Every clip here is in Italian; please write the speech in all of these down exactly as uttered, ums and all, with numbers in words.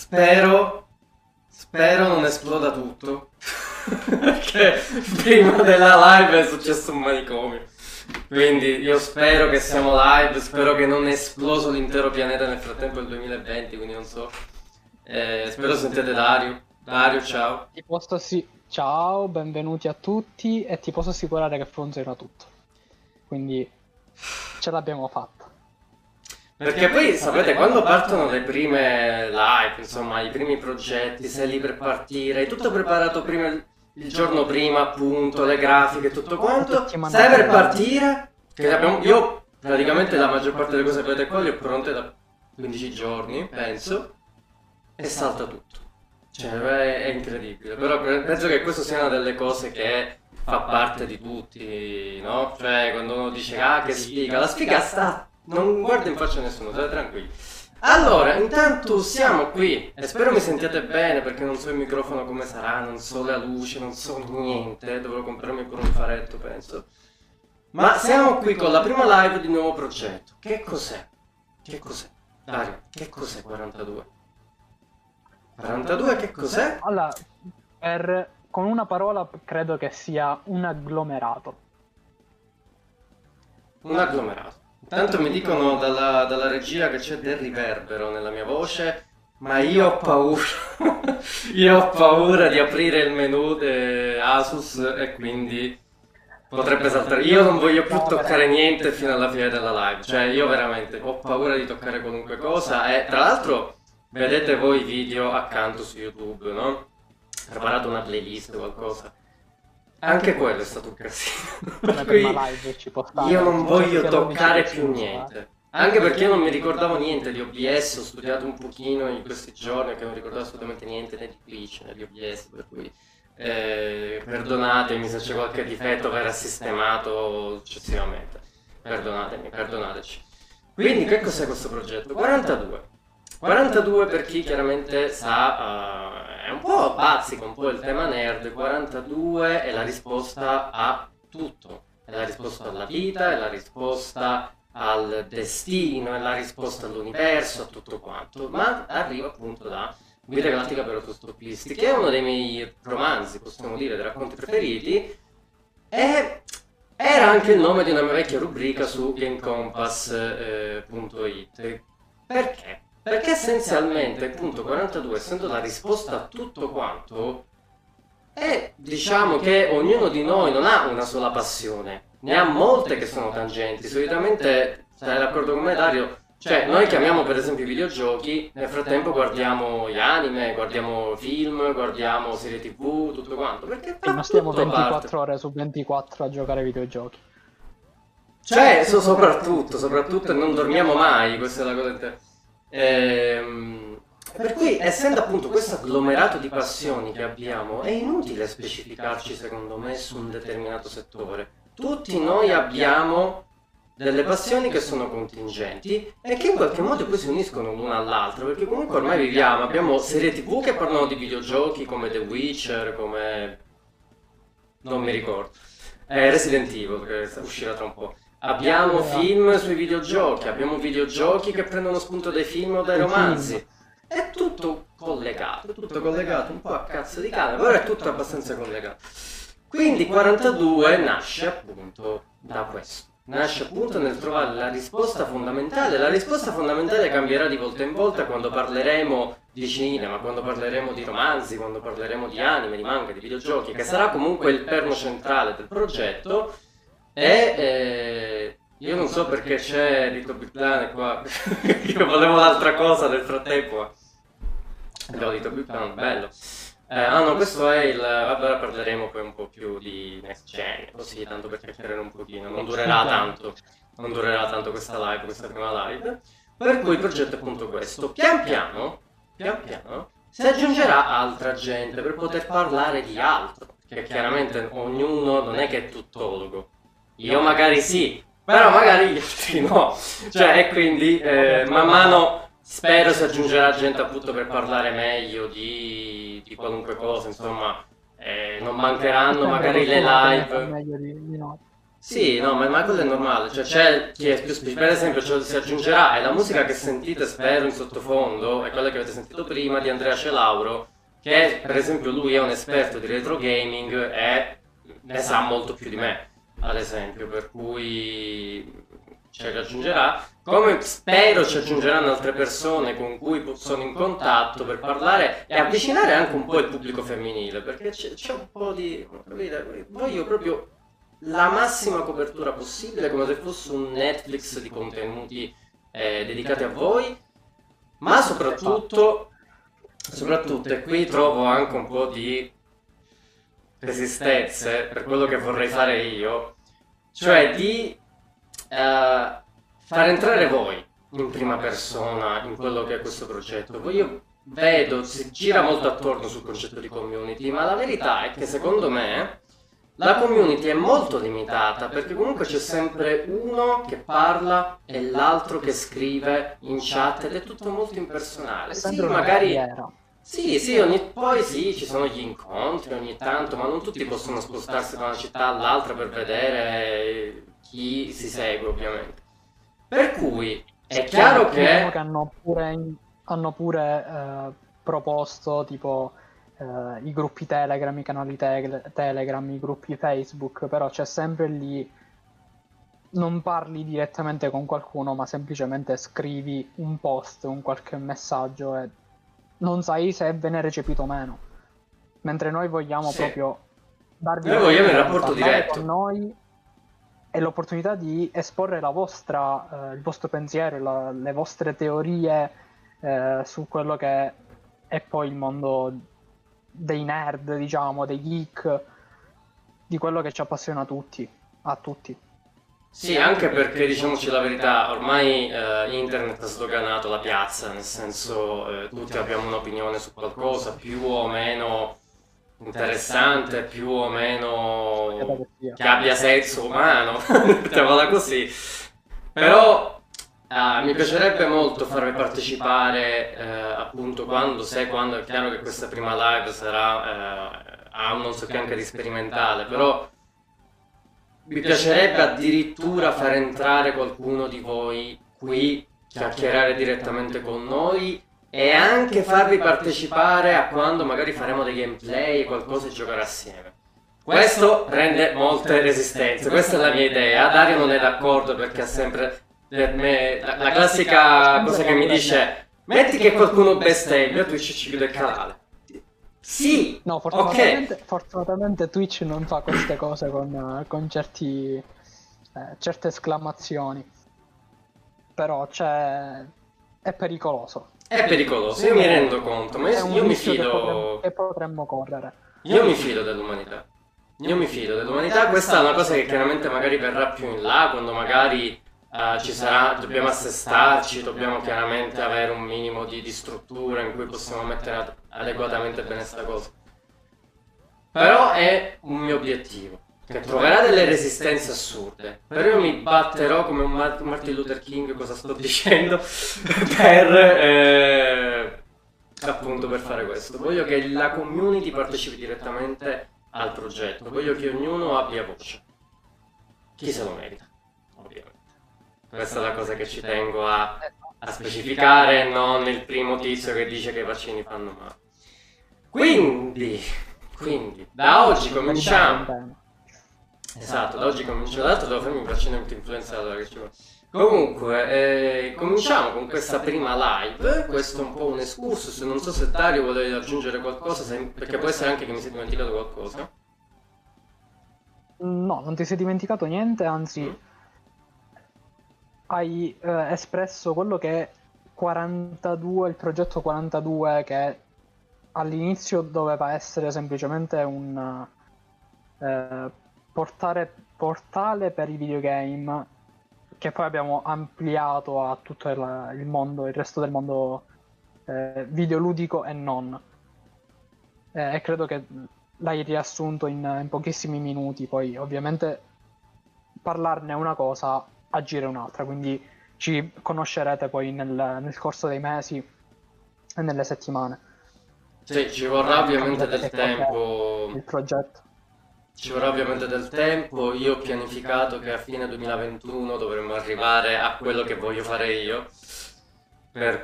spero, spero non esploda tutto, perché prima della live è successo un manicomio. Quindi io spero che siamo live, spero che non è esploso l'intero pianeta nel frattempo del duemilaventi, quindi non so. Eh, spero sentiate Dario. Dario, ciao. Ti posso assi- Ciao, benvenuti a tutti e ti posso assicurare che funziona tutto. Quindi ce l'abbiamo fatta. Perché poi sapete, quando partono le prime live, insomma, i primi progetti, sei lì per partire, hai tutto preparato prima il, il giorno prima, appunto, le grafiche, tutto quanto, stai per partire, che abbiamo, io praticamente la maggior parte delle cose che vedete qua le ho pronte da quindici giorni, penso, e salta tutto. Cioè, è, è incredibile, però pe- penso che questo sia una delle cose che fa parte di tutti, no? Cioè, quando uno dice, ah, che sfiga, la sfiga sta... Non guarda in faccia a nessuno, state tranquilli. Allora, intanto siamo qui e spero mi sentiate bene perché non so il microfono come sarà, non so la luce, non so niente, dovrò comprarmi pure un faretto, penso. Ma siamo qui con la prima live di un nuovo progetto. Che cos'è? Che cos'è? Dario, che cos'è quarantadue? quarantadue che cos'è? Allora, per- con una parola credo che sia un agglomerato. Un agglomerato. Intanto mi dicono dalla, dalla regia che c'è del riverbero nella mia voce, ma io ho paura. Io ho paura di aprire il menu di Asus e quindi potrebbe saltare. Io non voglio più toccare niente fino alla fine della live. Cioè, io veramente ho paura di toccare qualunque cosa. E tra l'altro, vedete voi i video accanto su YouTube, no? Ho preparato una playlist o qualcosa. Anche quello è stato un casino. Come Per cui prima live ci può stare. io non voglio Perché toccare non mi ci più penso, niente. Anche perché io non mi ricordavo niente di O B S, ho studiato un pochino in questi giorni che non ricordavo assolutamente niente né di Twitch né di O B S, per cui eh, perdonatemi se c'è qualche difetto, verrà sistemato successivamente. Perdonatemi, perdonateci. Quindi che cos'è questo progetto? quarantadue. quarantadue per chi chiaramente sa, eh, è un po' bazzico, un po' il tema nerd, quarantadue è la risposta a tutto, è la risposta alla vita, è la risposta al destino, è la risposta all'universo, a tutto quanto, ma arriva appunto da Guida Galattica per Autostoppisti, che è uno dei miei romanzi, possiamo dire, dei racconti preferiti, e era anche il nome di una mia vecchia rubrica su gamecompass punto it. Perché? Perché essenzialmente il punto quarantadue, essendo la risposta a tutto quanto, è diciamo che ognuno di noi non ha una sola passione, ne ha molte che sono tangenti. Solitamente, stai d'accordo con me Dario? Cioè, noi chiamiamo per esempio i videogiochi, nel frattempo guardiamo gli anime, guardiamo film, guardiamo serie tv, tutto quanto, perché E non stiamo tutto ventiquattro parte. ore su ventiquattro a giocare ai videogiochi. Cioè, so- soprattutto, soprattutto non dormiamo mai, questa è la cosa inter- Ehm, per cui, essendo appunto questo agglomerato di passioni che abbiamo, è inutile specificarci, secondo me, su un determinato settore. Tutti noi abbiamo delle passioni che sono contingenti e che in qualche modo poi si uniscono l'una all'altra, perché comunque ormai viviamo, abbiamo serie tv che parlano di videogiochi come The Witcher, come... non mi ricordo, eh, Resident Evil, che uscirà tra un po'. Abbiamo film sui videogiochi, abbiamo videogiochi che prendono spunto dai film o dai romanzi. È tutto collegato, è tutto collegato, un po' a cazzo di cane, però è tutto abbastanza collegato. Quindi quarantadue nasce appunto da questo. Nasce appunto nel trovare la risposta fondamentale. La risposta fondamentale cambierà di volta in volta quando parleremo di cinema, quando parleremo di romanzi, quando parleremo di anime, di manga, di videogiochi, che sarà comunque il perno centrale del progetto. E eh, io non so perché c'è Little Big Planet qua. Io volevo un'altra cosa nel frattempo. Abbiamo Little Big Planet, bello. Eh, ah no, questo è il... Vabbè, ora parleremo poi un po' più di Next Gen, così, tanto per chiacchierare un pochino. Non durerà tanto, non durerà tanto questa live, questa prima live. Per cui il progetto è appunto questo. Pian piano, pian piano, si aggiungerà altra gente per poter parlare di altro. Perché chiaramente ognuno non è che è tuttologo. Io magari sì, però magari gli altri no. Cioè, e quindi eh, man mano spero si aggiungerà gente appunto per parlare meglio di, di qualunque cosa, insomma, eh, non mancheranno magari le live. Meglio di, di noi. Sì, no, ma, ma quello è normale, cioè c'è chi è più specifico, per esempio cioè, si aggiungerà, e la musica che sentite spero in sottofondo è quella che avete sentito prima di Andrea Celauro, che per esempio lui è un esperto di retro gaming e ne sa molto più di me, ad esempio, per cui ci aggiungerà, come spero ci aggiungeranno altre persone con cui po- sono in contatto per parlare e avvicinare anche un po' il pubblico femminile, perché c'è, c'è un po' di... capite? Voglio proprio la massima copertura possibile, come se fosse un Netflix di contenuti eh, dedicati a voi, ma soprattutto, soprattutto, e qui trovo anche un po' di resistenze per quello che vorrei fare io, cioè di eh, far entrare voi in prima persona in quello che è questo progetto. Poi io vedo, si gira molto attorno sul concetto di community, ma la verità è che secondo me la community è molto limitata perché comunque c'è sempre uno che parla e l'altro che scrive in chat ed è tutto molto È impersonale. Sì, sempre una magari barriera. sì, sì, ogni... poi sì, ci sono gli incontri ogni tanto, ma non tutti possono spostarsi da una città all'altra per vedere chi si segue, ovviamente. Per cui è chiaro Diciamo che che hanno pure, hanno pure eh, proposto tipo eh, i gruppi Telegram, i canali Tele- Telegram, i gruppi Facebook, però c'è sempre lì, non parli direttamente con qualcuno, ma semplicemente scrivi un post, un qualche messaggio e non sai se viene recepito o meno. Mentre noi vogliamo sì, proprio darvi noi vogliamo il l'opportunità di rapporto parlare con diretto. noi e l'opportunità di esporre la vostra, eh, il vostro pensiero, la- le vostre teorie eh, su quello che è poi il mondo dei nerd, diciamo, dei geek, di quello che ci appassiona a tutti, a tutti. Sì, anche perché diciamoci la verità, ormai eh, internet ha sdoganato la piazza, nel senso eh, tutti abbiamo un'opinione su qualcosa più o meno interessante, più o Svariata meno che sia. che abbia senso umano, mettiamola così. Però ah, mi piacerebbe molto farvi partecipare eh, appunto quando, se, quando è chiaro che questa prima live sarà eh, a un non so che anche di sperimentale, però mi piacerebbe addirittura far entrare qualcuno di voi qui, chiacchierare direttamente con noi e anche farvi partecipare a quando magari faremo dei gameplay, qualcosa e giocare assieme. Questo prende molte resistenze, questa è la mia idea. Dario non è d'accordo perché ha sempre per me la, la classica cosa che mi dice: metti che qualcuno bestemmia, Twitch ci chiude il canale. Sì, No, ok. fortunatamente, fortunatamente Twitch non fa queste cose con, con certi, eh, certe esclamazioni, però c'è, è pericoloso. È pericoloso, io mi rendo conto, ma È io, un io mi rischio che potremmo, fido. che potremmo correre. Io mi fido dell'umanità. Io mi fido dell'umanità. Questa è una cosa che chiaramente magari verrà più in là, quando magari eh, ci sarà, dobbiamo assestarci, dobbiamo chiaramente avere un minimo di, di struttura in cui possiamo mettere ad- adeguatamente bene sta cosa. Però è un mio obiettivo, che troverà delle resistenze assurde. Però io mi batterò come un Mar- Martin Luther King, cosa sto dicendo, per eh, appunto per fare questo. Voglio che la community partecipi direttamente al progetto, voglio che ognuno abbia voce. Chi se lo merita, ovviamente. Questa è la cosa che ci tengo a, a specificare, non il primo tizio che dice che i vaccini fanno male. Quindi, quindi, da oggi cominciamo. Esatto, da oggi cominciamo. Tra l'altro devo farmi un vaccino anti-influenza che ci vuole. Comunque, eh, cominciamo con questa prima live. Questo è un po' un excursus. Non so se Dario volevi aggiungere qualcosa, se- perché può essere anche che mi sia dimenticato qualcosa. No, non ti sei dimenticato niente, anzi Mm? hai eh, espresso quello che è quarantadue, il progetto quarantadue, che all'inizio doveva essere semplicemente un eh, portare, portale per i videogame, che poi abbiamo ampliato a tutto il, il mondo, il resto del mondo eh, videoludico e non. Eh, e credo che l'hai riassunto in, in pochissimi minuti, poi ovviamente parlarne è una cosa, agire è un'altra, quindi ci conoscerete poi nel, nel corso dei mesi e nelle settimane. Sì, ci vorrà ovviamente Capirete del che cos'è tempo. il progetto. ci vorrà ovviamente del tempo. Io ho pianificato che a fine duemilaventuno dovremmo arrivare a quello che voglio fare io, per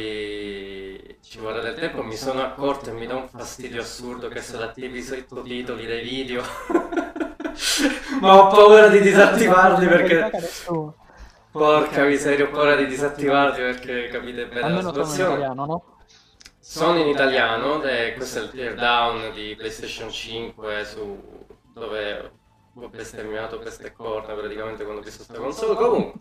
cui ci vorrà del tempo. Mi sono accorto e mi dà un fastidio assurdo che sono attivi i sottotitoli dei video, ma ho paura di disattivarli perché... Porca miseria, ho paura di disattivarli perché capite bene la Almeno sono in situazione. italiano, no? Sono in italiano, e questo è il teardown di PlayStation cinque su dove ho bestemmiato peste e corna praticamente quando ho visto sta console. Comunque,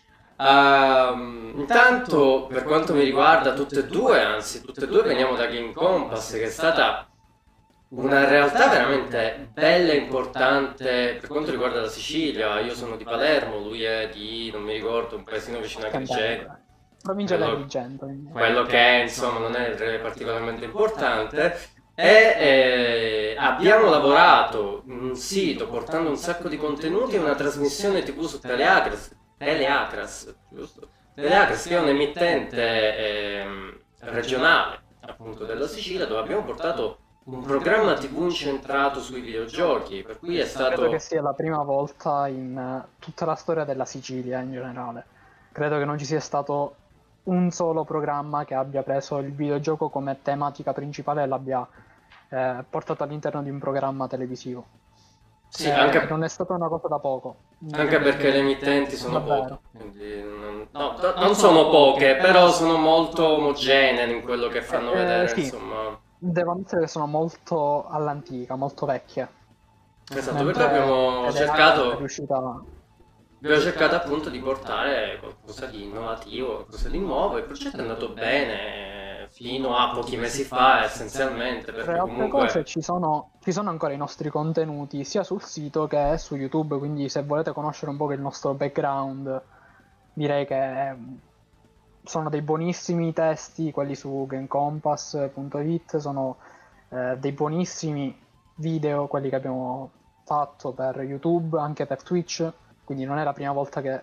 ehm, intanto per quanto mi riguarda tutte e due, anzi tutte e due veniamo da Game Compass, che è stata una realtà veramente bella e importante per quanto riguarda la Sicilia. Io sono di Palermo, lui è di, non mi ricordo, un paesino vicino a Agrigento. Provincia di Quello, Agrigento. quindi. quello che è, insomma, non è particolarmente importante. E eh, abbiamo lavorato in un sito portando un sacco di contenuti e una trasmissione tivù su Teleacras, Teleacras, giusto? Teleacras, che è un emittente ehm, regionale appunto della Sicilia, dove abbiamo portato un programma tivù incentrato sui videogiochi, per cui è stato... Credo che sia la prima volta in eh, tutta la storia della Sicilia in generale. Credo che non ci sia stato un solo programma che abbia preso il videogioco come tematica principale e l'abbia eh, portato all'interno di un programma televisivo. Sì, Eh, anche, Non è stata una cosa da poco. anche perché le emittenti sono Davvero. poche, quindi non, no, no, non sono poche, però sono molto omogenee in quello che fanno Eh, vedere, sì. insomma. Devo ammettere che sono molto all'antica, molto vecchie. Esatto, Mentre perché abbiamo Teleacras è cercato... riuscita a... Abbiamo cercato appunto di portare qualcosa di innovativo, qualcosa di nuovo, e il progetto è andato bene fino a pochi mesi fa essenzialmente, Tra perché le altre comunque... cose ci sono, ci sono ancora i nostri contenuti sia sul sito che su YouTube, quindi se volete conoscere un po' il nostro background, direi che eh, sono dei buonissimi testi, quelli su gamecompass punto it, sono eh, dei buonissimi video, quelli che abbiamo fatto per YouTube, anche per Twitch, quindi non è la prima volta che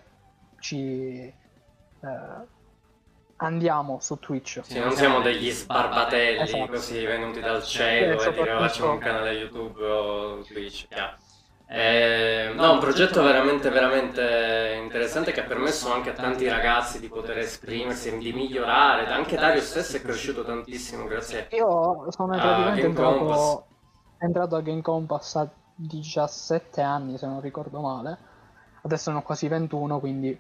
ci eh, andiamo su Twitch. Sì, non siamo degli sbarbatelli Esatto. così venuti dal cielo Eh, e dire soprattutto- facciamo un canale YouTube o Twitch. Yeah. Eh, no, un progetto veramente veramente interessante che ha permesso anche a tanti ragazzi di poter esprimersi e di migliorare. Anche Dario stesso è cresciuto tantissimo grazie. Io sono Ah, praticamente Game Compass. entrato, entrato a Game Compass a diciassette anni, se non ricordo male. Adesso ne ho quasi ventuno, quindi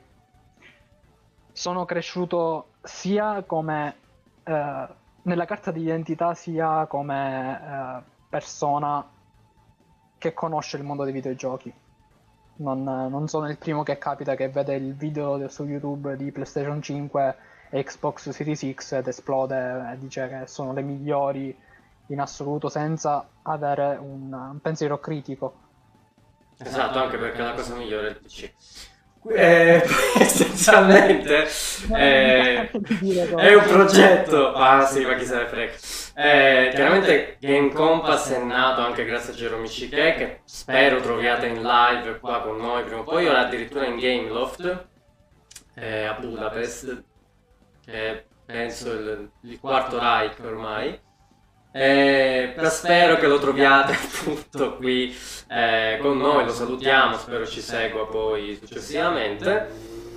sono cresciuto sia come eh, nella carta d'identità, sia come eh, persona che conosce il mondo dei videogiochi. Non, non sono il primo che capita che vede il video su YouTube di PlayStation cinque e Xbox Series X ed esplode e dice che sono le migliori in assoluto senza avere un, un pensiero critico. Esatto, anche perché la cosa migliore è il P C. Eh, essenzialmente eh, è un progetto, ah sì, ma chi se ne frega. Eh, chiaramente Game Compass è nato anche grazie a Jerome Chiché, che spero troviate in live qua con noi prima o poi, ora addirittura in Gameloft eh, a Budapest, che è, penso il, il quarto Reich ormai. Eh, però spero che lo troviate appunto qui eh, con noi, lo salutiamo, spero ci segua poi successivamente.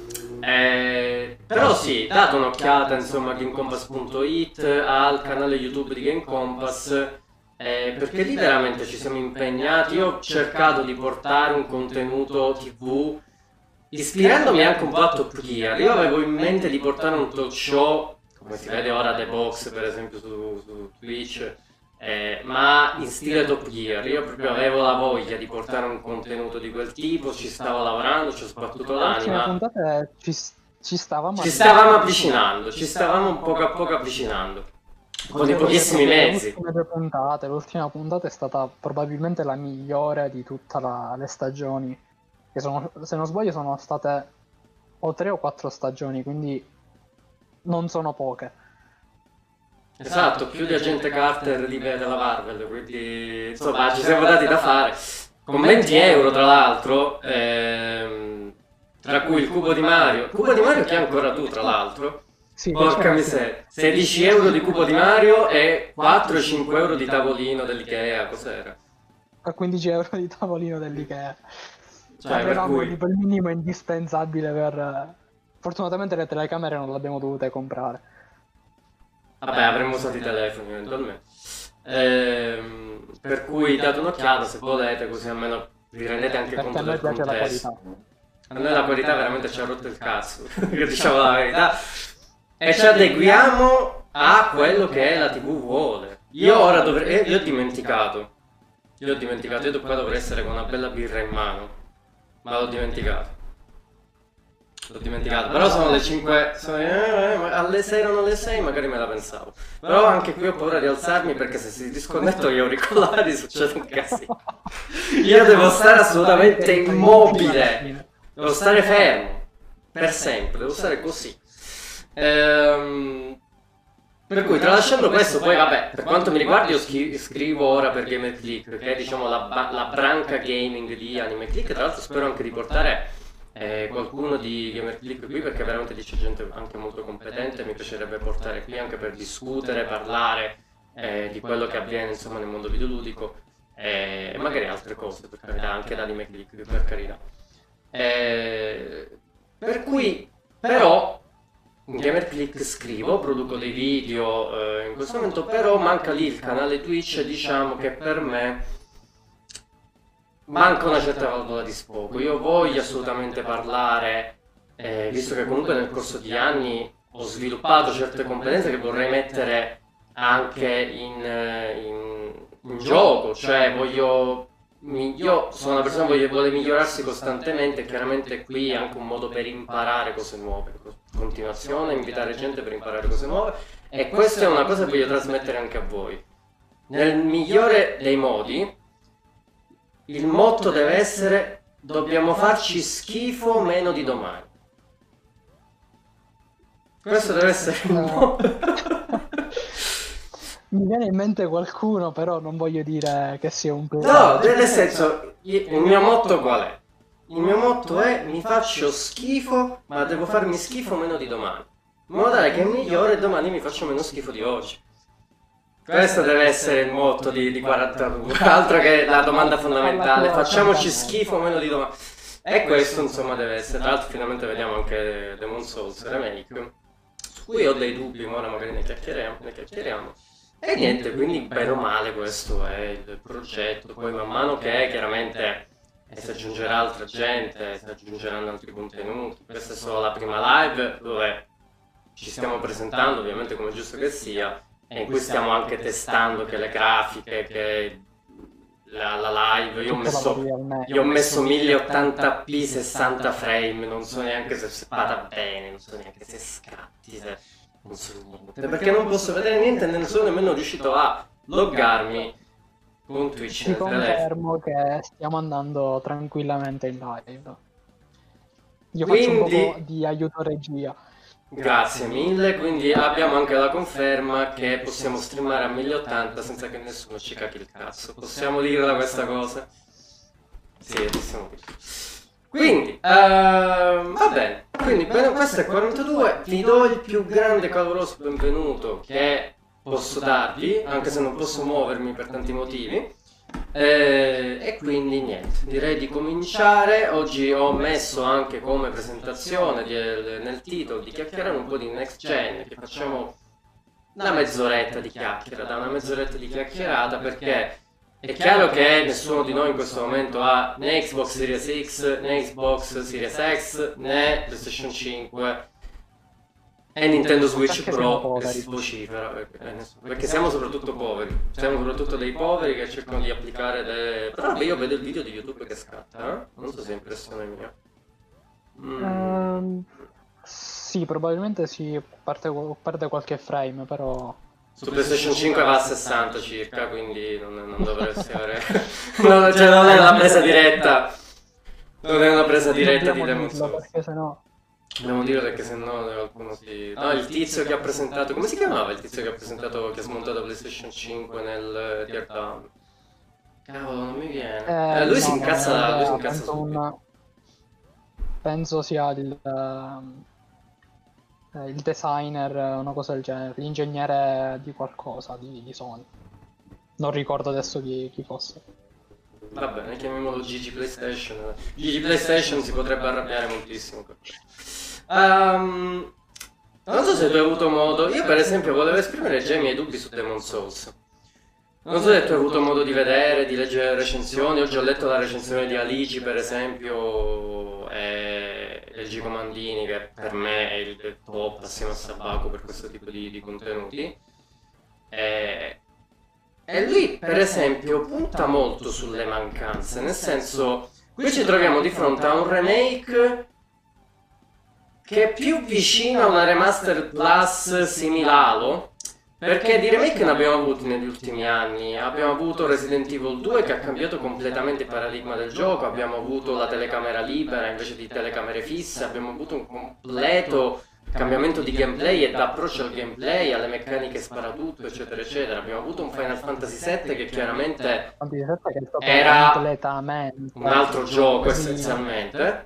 Eh, però sì, date un'occhiata insomma a gamecompass punto it, al canale YouTube di Game Compass, eh, perché lì veramente ci siamo impegnati. Io ho cercato di portare un contenuto tivù ispirandomi anche un po' a Top Gear. Io avevo in mente di portare un talk show, come si vede ora The Box per esempio su, su Twitch, eh, ma in stile Top Gear. Io proprio avevo la voglia di portare un contenuto di quel tipo, ci stavo lavorando, ci ho sbattuto Le ultime l'anima, puntate ci, ci stavamo ci stavamo avvicinando, ci stavamo poco a poco avvicinando, con i pochissimi mezzi. Le ultime due puntate, l'ultima puntata è stata probabilmente la migliore di tutte le stagioni, che sono, se non sbaglio sono state o tre o quattro stagioni, quindi non sono poche. Esatto, più di Agente Carter di della Marvel, quindi insomma ci siamo dati da fare. Con venti euro tra l'altro, ehm, tra cui il cubo di Mario, cubo di Mario che hai ancora tu tra l'altro, Sì, porca sì. miseria, sedici euro di cubo di Mario e quattro cinque euro di tavolino dell'Ikea, cos'era? a quindici euro di tavolino dell'Ikea. Cioè, per Avevamo cui... tipo il minimo indispensabile per... Fortunatamente le telecamere non le abbiamo dovute comprare. Vabbè, avremmo usato i telefoni eventualmente. Ehm, per cui date un'occhiata se volete, così almeno vi rendete anche Perché conto a noi del piace la contesto. qualità. A noi la qualità veramente ci ha rotto il cazzo, diciamo la verità. E ci adeguiamo a quello che la tivù vuole. Io ora dovrei... eh, Io ho dimenticato. Io ho dimenticato, io qua dovrei essere con una bella birra in mano. Ma l'ho dimenticato. L'ho dimenticato, però sono le cinque, sono, eh, eh, alle sei erano le sei, magari me la pensavo. Però anche qui ho paura di alzarmi perché se si disconnetto gli auricolari succede un casino. Io devo stare assolutamente immobile, devo stare fermo, per sempre, devo stare così. Ehm, per cui tralasciando questo, poi vabbè, per quanto mi riguarda io schi- scrivo ora per GamerClick, che è diciamo la, ba- la branca gaming di AnimeClick, tra l'altro spero anche di portare eh, qualcuno di GamerClick qui perché veramente lì c'è gente anche molto competente, mi piacerebbe portare qui anche per discutere, parlare eh, di quello che avviene insomma nel mondo videoludico eh, e magari altre cose, per carità, anche da AnimeClick, per carità. Eh, per cui, però, in GamerClick scrivo, produco dei video eh, in questo momento, però manca lì il canale Twitch, diciamo che per me manca una certa valvola di sfogo. Io voglio assolutamente parlare, eh, visto che comunque nel corso di anni ho sviluppato certe competenze che vorrei mettere anche in, eh, in- in gioco, cioè voglio... mi- Io sono una persona che vuole migliorarsi costantemente e chiaramente qui è anche un modo per imparare cose nuove, continuazione, invitare gente per imparare cose nuove e questa è una cosa che voglio trasmettere anche a voi. Nel migliore dei modi, il motto deve essere dobbiamo farci schifo meno di domani. Questo deve essere il motto. Mi viene in mente qualcuno, però non voglio dire che sia un No, nel senso, il mio motto qual è? Il mio motto è mi faccio schifo, ma devo farmi schifo meno di domani. In modo tale che è migliore e domani mi faccio meno schifo di oggi. Questo deve essere il motto di, di quarantadue, altro che la domanda fondamentale, facciamoci schifo meno di domani. E questo insomma deve essere, tra l'altro finalmente vediamo anche Demon Souls Remake, su cui ho dei dubbi, ma ora magari ne chiacchieriamo. Ne chiacchieriamo. E niente, quindi bene o male questo è il progetto, poi man mano che chiaramente eh, si aggiungerà altra gente, si aggiungeranno altri contenuti, questa è solo la prima live dove ci stiamo presentando ovviamente come è giusto che sia e in cui stiamo anche testando che le grafiche, che la, la live, io ho messo, io ho messo mille ottanta p sessanta frame, non so neanche se vada bene, non so neanche se scatti, se... non so niente, perché non posso vedere niente e non sono nemmeno riuscito a loggarmi con Twitch Ti nel telefono. confermo che stiamo andando tranquillamente in live. Io Quindi, faccio un po' di aiuto regia. Grazie mille, quindi abbiamo anche la conferma che possiamo streamare a mille ottanta senza che nessuno ci cacchi il cazzo. Possiamo dirla questa cosa? Sì, possiamo dirla. Quindi, ehm, va bene, quindi bene, questo è quarantadue, vi do il più grande caloroso benvenuto che posso darvi, anche se non posso muovermi per tanti motivi. Eh, e quindi niente, direi di cominciare. Oggi ho messo anche come presentazione di- nel titolo di chiacchierare un po' di next gen, che facciamo una mezz'oretta di chiacchiera, da una mezz'oretta di chiacchierata, perché è chiaro che nessuno di noi in questo momento ha né Xbox Series X, né Xbox Series X, né PlayStation cinque e Nintendo Switch Perché siamo Pro che poveri. si vocifera, perché, eh, nessuno- perché siamo soprattutto poveri, siamo soprattutto dei poveri che cercano di applicare le... Però vabbè, io vedo il video di YouTube che scatta, eh? Non so se è impressione mia. Mm. Ehm, sì, probabilmente si parte, perde qualche frame, però... Su PlayStation cinque va a sessanta circa, quindi non, non dovresti avere... no, cioè non è una presa diretta, non è una presa diretta di Dobbiamo Demon dirlo, Souls. perché sennò... Devo dire perché sennò qualcuno si... No, il tizio che ha presentato... Come si chiamava il tizio che ha presentato, che ha smontato PlayStation cinque nel Teardown? Cavolo, non mi viene. Eh, Eh, lui si no, incazza, no, lui si no, incazza penso, subito. un- penso sia il, ehm, eh, il designer, eh, una cosa del genere, l'ingegnere di qualcosa, di, di Sony. Non ricordo adesso chi, chi fosse. vabbè, chiamiamolo Gigi PlayStation. Gigi PlayStation si potrebbe arrabbiare moltissimo. Um, non so se tu hai avuto modo, io per esempio volevo esprimere già i miei dubbi su Demon Souls. Non so se tu hai avuto modo di vedere, di leggere recensioni. Oggi ho letto la recensione di Alici, per esempio, e L G Comandini, che per me è il top assieme a Sabaku per questo tipo di, di contenuti. E, e lui, per esempio, punta molto sulle mancanze, nel senso, qui ci troviamo di fronte a un remake che è più vicino a una remaster plus simile Halo, perché di remake ne abbiamo avuti negli ultimi anni. Abbiamo avuto Resident Evil due che ha cambiato completamente il paradigma del gioco, abbiamo avuto la telecamera libera invece di telecamere fisse, abbiamo avuto un completo cambiamento di gameplay e d'approccio al gameplay, alle meccaniche sparatutto, eccetera, eccetera. Abbiamo avuto un Final Fantasy sette che chiaramente era un altro gioco essenzialmente.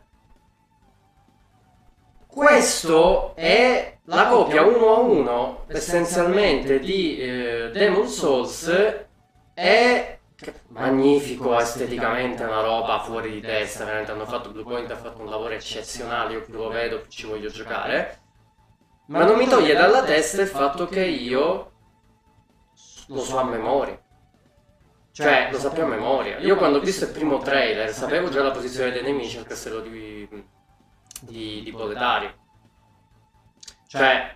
Questo è la copia uno a uno essenzialmente di eh, Demon Souls. È magnifico esteticamente, una roba fuori di testa, veramente hanno fatto, Bluepoint ha fatto un lavoro eccezionale, io più lo vedo più ci voglio giocare, ma non mi toglie dalla testa il fatto che io lo so a memoria, cioè lo sapevo a memoria. Io quando ho visto il primo trailer sapevo già la posizione dei nemici al castello di, di, di Boletario, cioè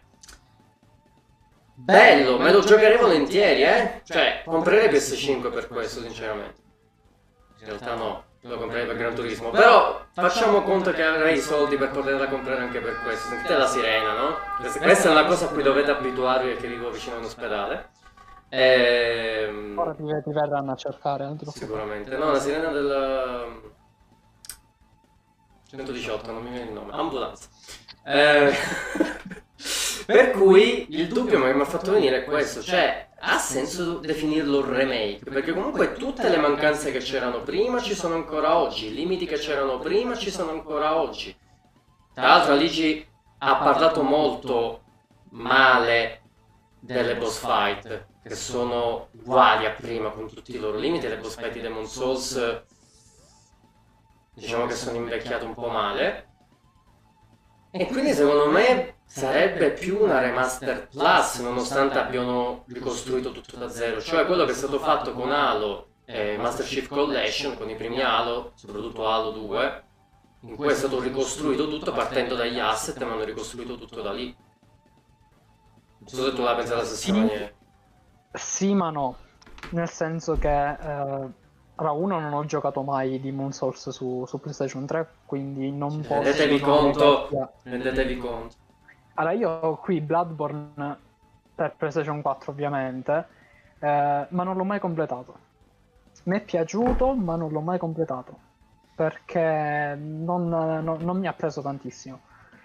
bello, me lo giocherei volentieri, eh? Cioè, comprerei P S cinque per questo, sinceramente. In realtà no, lo comprerei per Gran Turismo. Però facciamo conto che avrei i soldi per poterla comprare anche per questo. Sentite la sirena, no? Questa è una cosa a cui dovete abituarvi perché vivo vicino a un ospedale. Ehm... Ora ti, ti verranno a cercare, non ti sicuramente. No, la sirena del centodiciotto, non mi viene il nome. Ambulanza. Eh... Per cui il dubbio che mi ha fatto venire è questo, cioè ha senso definirlo remake, perché comunque tutte le mancanze che c'erano prima ci sono ancora oggi, i limiti che c'erano prima ci sono ancora oggi. Tra l'altro Alici ha parlato molto male delle boss fight, che sono uguali a prima con tutti i loro limiti. Le boss fight di Demon Souls diciamo che sono invecchiate un po' male. E quindi secondo me sarebbe più una remaster plus, nonostante abbiano ricostruito tutto da zero. Cioè quello che è stato fatto con Halo e Master Chief Collection, con i primi Halo, soprattutto Halo due, in cui è stato ricostruito tutto partendo dagli asset, ma hanno ricostruito tutto da lì. Non so se tu la pensi alla stessa maniera. Sì, ma no. Nel senso che... Eh... Allora, uno, non ho giocato mai Demon Souls su, su PlayStation tre, quindi non posso... Rendetevi conto, rendetevi conto. Allora, io ho qui Bloodborne per PlayStation quattro, ovviamente, eh, ma non l'ho mai completato. Mi è piaciuto, ma non l'ho mai completato, perché non, non, non mi ha preso tantissimo.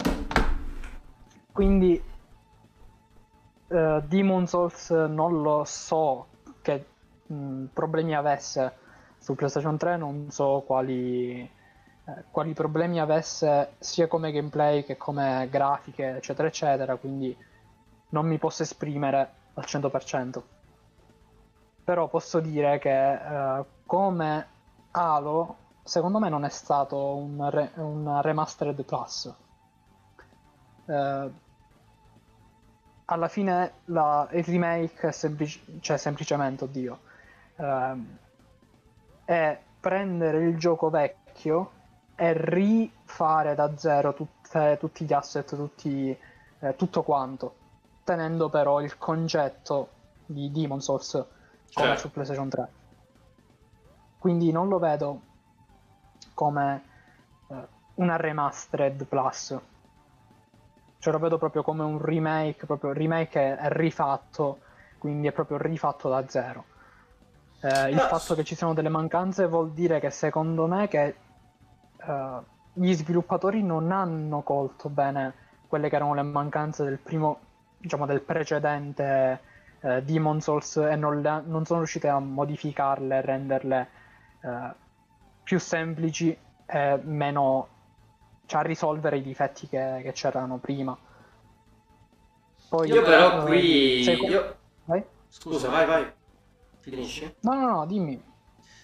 Quindi, eh, Demon Souls non lo so che mh, problemi avesse su PlayStation tre, non so quali, eh, quali problemi avesse sia come gameplay che come grafiche, eccetera eccetera, quindi non mi posso esprimere al cento per cento. Però posso dire che eh, come Halo, secondo me non è stato un, re- un remastered plus. Eh, alla fine la, il remake è semplic- cioè semplicemente, oddio, eh, è prendere il gioco vecchio e rifare da zero tutte, tutti gli asset, tutti, eh, tutto quanto, tenendo però il concetto di Demon Souls come certo. Su PlayStation tre. Quindi non lo vedo come eh, una remastered plus, cioè lo vedo proprio come un remake, proprio remake è rifatto, quindi è proprio rifatto da zero. Eh, il fatto che ci siano delle mancanze vuol dire che secondo me che eh, gli sviluppatori non hanno colto bene quelle che erano le mancanze del primo, diciamo del precedente eh, Demon Souls, e non, le, non sono riusciti a modificarle, renderle eh, più semplici e meno, cioè a risolvere i difetti che, che c'erano prima. Poi, io però eh, qui secondo... io... vai? Scusa, vai vai. Finisci? No, no, no, dimmi.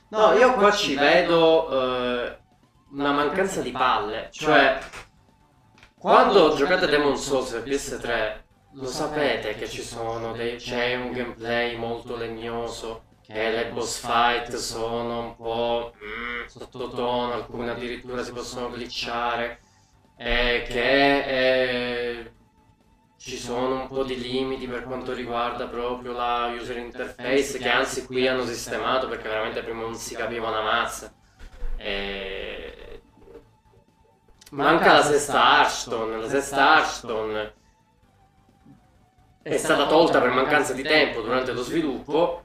No, io qua ci vedo eh, una mancanza di palle. Cioè, quando giocate Demon's Souls per P S tre, lo sapete che ci sono dei, c'è un gameplay molto legnoso, che le boss fight sono un po' mm, sottotono, alcune addirittura si possono glitchare, e che eh, ci sono un po' di limiti per quanto riguarda proprio la user interface, che anzi qui hanno sistemato perché veramente prima non si capiva una mazza. E... manca la sesta Hearthstone, la sesta Hearthstone è stata tolta per mancanza di tempo durante lo sviluppo.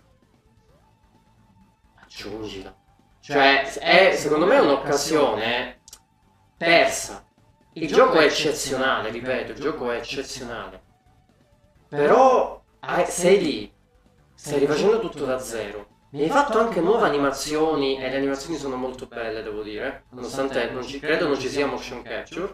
Aggiungila. Cioè, è secondo me un'occasione persa. Il gioco è eccezionale, ripeto, il gioco è eccezionale. Però eh, sei lì, stai rifacendo tutto da zero. Mi hai fatto anche nuove animazioni e le animazioni sono molto belle, devo dire, nonostante non ci, credo non ci sia motion capture.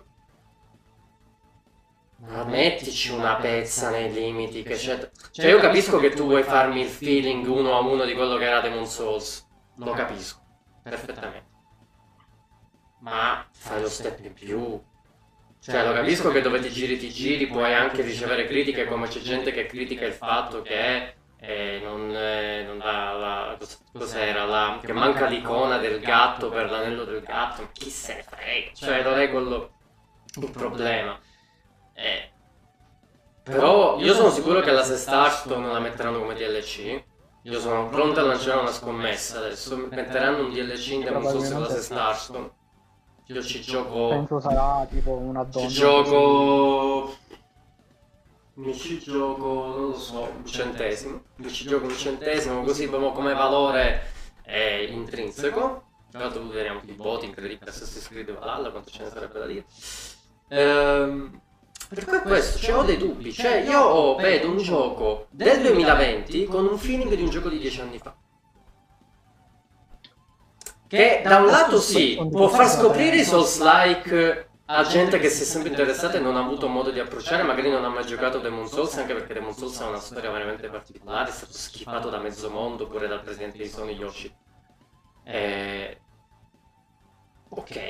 Ma mettici una pezza nei limiti che c'è. Cioè io capisco che tu vuoi farmi il feeling uno a uno di quello che era Demon's Souls. Lo capisco, perfettamente. Ma fai lo step in più. Cioè lo capisco che dove ti giri ti giri puoi anche ricevere critiche, come c'è gente che critica il fatto che eh, non, eh, non ha la, cos'era la, che manca l'icona del gatto per l'anello del gatto. Chi se ne frega, cioè non è quello il problema. Eh, però io sono sicuro che la sesta Hearthstone non la metteranno come D L C. Io sono pronto a lanciare una scommessa adesso. Metteranno un D L C in Demon's Souls con la sesta Hearthstone. Io ci gioco. Penso sarà tipo una donna. Ci gioco. Mi ci gioco, non lo so, un centesimo. Mi ci gioco un centesimo così proprio come valore eh, intrinseco. Tra l'altro vediamo i voti incredibili, Assassin's Creed Valhalla, quanto ce ne sarebbe da dire. Ehm. Per cui questo, cioè ho dei dubbi, cioè io ho, vedo un gioco del duemilaventi con un feeling di un gioco di dieci anni fa. Che da un lato sì, può far scoprire i Souls-like a gente che si è sempre interessata e non ha avuto modo di approcciare, magari non ha mai giocato Demon's Souls, anche perché Demon's Souls ha una storia veramente particolare, è stato schifato da mezzo mondo, pure dal presidente di Sony Yoshi. Eh... Ok.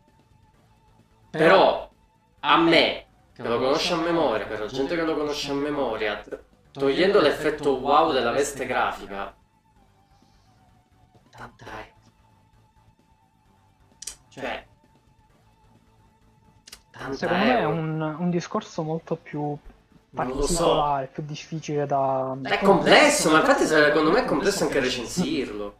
Però a me, che lo conosce a memoria, per la gente che lo conosce a memoria, togliendo l'effetto wow della veste grafica, ottanta euro. Cioè, secondo me è un, un discorso molto più particolare, so. più difficile da... È complesso, ma infatti secondo me è complesso anche recensirlo.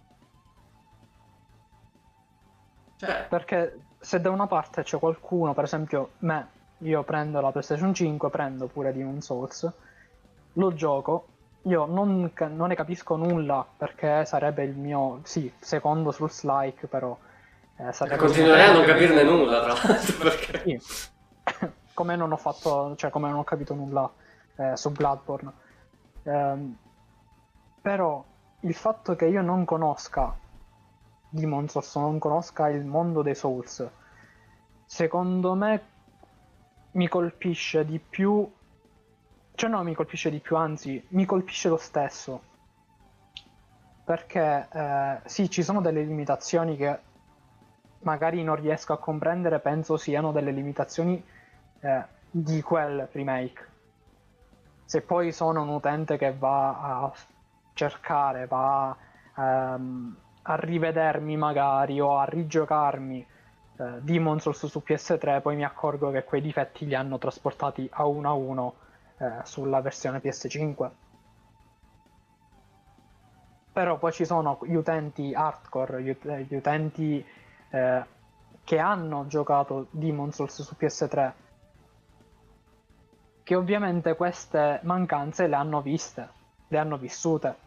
Cioè... Perché se da una parte c'è qualcuno, per esempio me, io prendo la PlayStation cinque, prendo pure Demon's Souls, lo gioco, io non, non ne capisco nulla perché sarebbe il mio, sì, secondo Souls-like, però eh, sarebbe... Continuerei a non capirne nulla, tra l'altro, perché... Sì. Come non ho fatto, cioè come non ho capito nulla eh, su Bloodborne. Um, però il fatto che io non conosca Demon's Souls, non conosca il mondo dei Souls, secondo me mi colpisce di più, cioè no mi colpisce di più, anzi mi colpisce lo stesso, perché eh, sì, ci sono delle limitazioni che magari non riesco a comprendere, penso siano delle limitazioni eh, di quel remake. Se poi sono un utente che va a cercare, va ehm, a rivedermi magari o a rigiocarmi eh, Demon's Souls su P S tre, poi mi accorgo che quei difetti li hanno trasportati a uno a uno eh, sulla versione P S cinque. Però poi ci sono gli utenti hardcore, gli, ut- gli utenti eh, che hanno giocato Demon's Souls su P S tre, che ovviamente queste mancanze le hanno viste, le hanno vissute.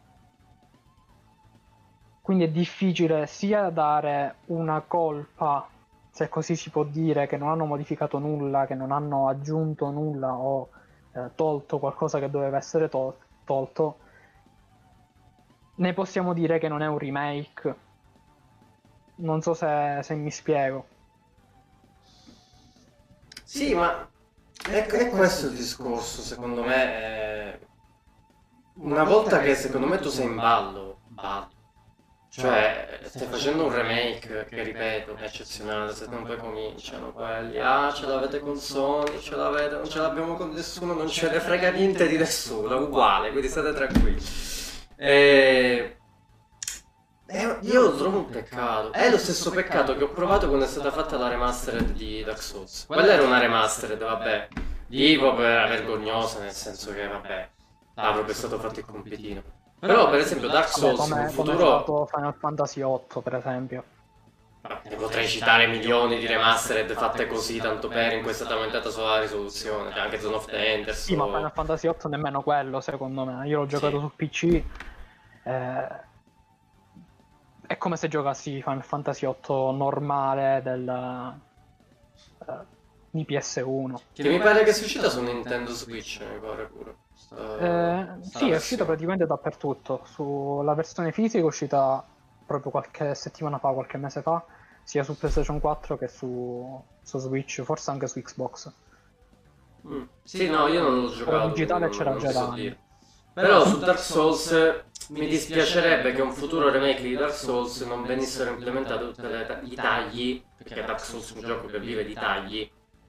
Quindi è difficile sia dare una colpa, se così si può dire, che non hanno modificato nulla, che non hanno aggiunto nulla o eh, tolto qualcosa che doveva essere tol- tolto, ne possiamo dire che non è un remake. Non so se, se mi spiego. Sì, ma è, è questo il discorso, secondo me. È... Una volta che secondo me tu sei in ballo, ballo. Cioè, stai facendo un remake che, ripeto, è eccezionale, se non poi cominciano quelli, ah, ce l'avete con Sony, ce l'avete, non ce l'abbiamo con nessuno, non ce ne frega niente di nessuno, è uguale, quindi state tranquilli. E... e io lo trovo un peccato, è lo stesso peccato che ho provato quando è stata fatta la remastered di Dark Souls. Quella era una remastered, vabbè, dico per vergognosa, nel senso che, vabbè, avrebbe stato fatto il compitino. Però per esempio Dark Souls Vabbè, come, in come è futuro stato Final Fantasy otto, per esempio. ne potrei citare milioni di remastered fatte così tanto per, in cui è stata aumentata solo la risoluzione, cioè anche Zone of the Enders. Sì, ma o- Final Fantasy otto nemmeno quello, secondo me. Io l'ho giocato Sì. su P C. eh, È come se giocassi Final Fantasy otto normale del eh, di P S uno. Che mi pare che sia uscita su Nintendo Switch, mi pare pure. Sta- Eh, sta sì, è versione. uscita praticamente dappertutto. Sulla versione fisica è uscita proprio qualche settimana fa, qualche mese fa, sia su PlayStation quattro che su, su Switch, forse anche su Xbox. Mm. Sì, no, io non l'ho giocato, digitale quindi c'era non, già non so da anni. dire. Però su Dark Souls mi dispiacerebbe che un futuro remake di Dark Souls non venissero implementati tutti i tagli, perché Dark Souls è un gioco che vive di tagli,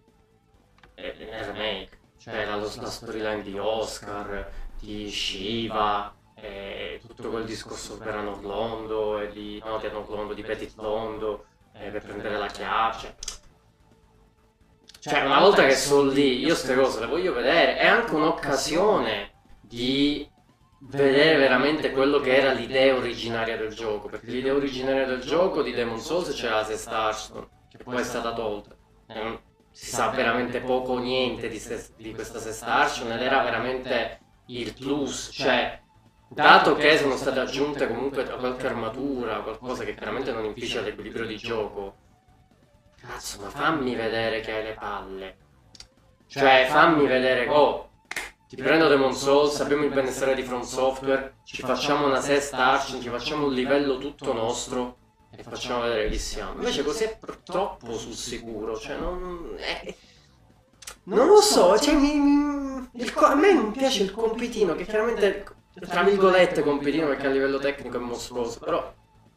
e nel remake. Cioè la, la storyline di Oscar, di Shiva, e tutto quel discorso per Anor Londo e di... no, di Anor Londo, di Petit Londo, eh, per prendere la chiave. Cioè, una volta che sono lì, io queste cose le voglio vedere. È anche un'occasione di vedere veramente quello che era l'idea originaria del gioco. Perché l'idea originaria del gioco di Demon Souls c'era la sesta Hearthstone, che poi è stata tolta. E non si sa veramente poco o niente di, se- di questa sesta Hearthstone, ed era veramente il plus. Cioè, dato che sono state aggiunte comunque qualche armatura, qualcosa che chiaramente non inficia l'equilibrio di gioco. Cazzo, ma fammi vedere che hai le palle. Cioè, fammi vedere, oh, ti prendo Demon Souls, abbiamo il benessere di From Software, ci facciamo una sesta Arch, ci facciamo un livello tutto nostro e facciamo vedere chi siamo. Invece così è pr- troppo sul sicuro, cioè non... eh, non lo so, cioè mi, mi- il co- a me non piace il compitino, che chiaramente, tra virgolette, compitino perché a livello tecnico è mostruoso, però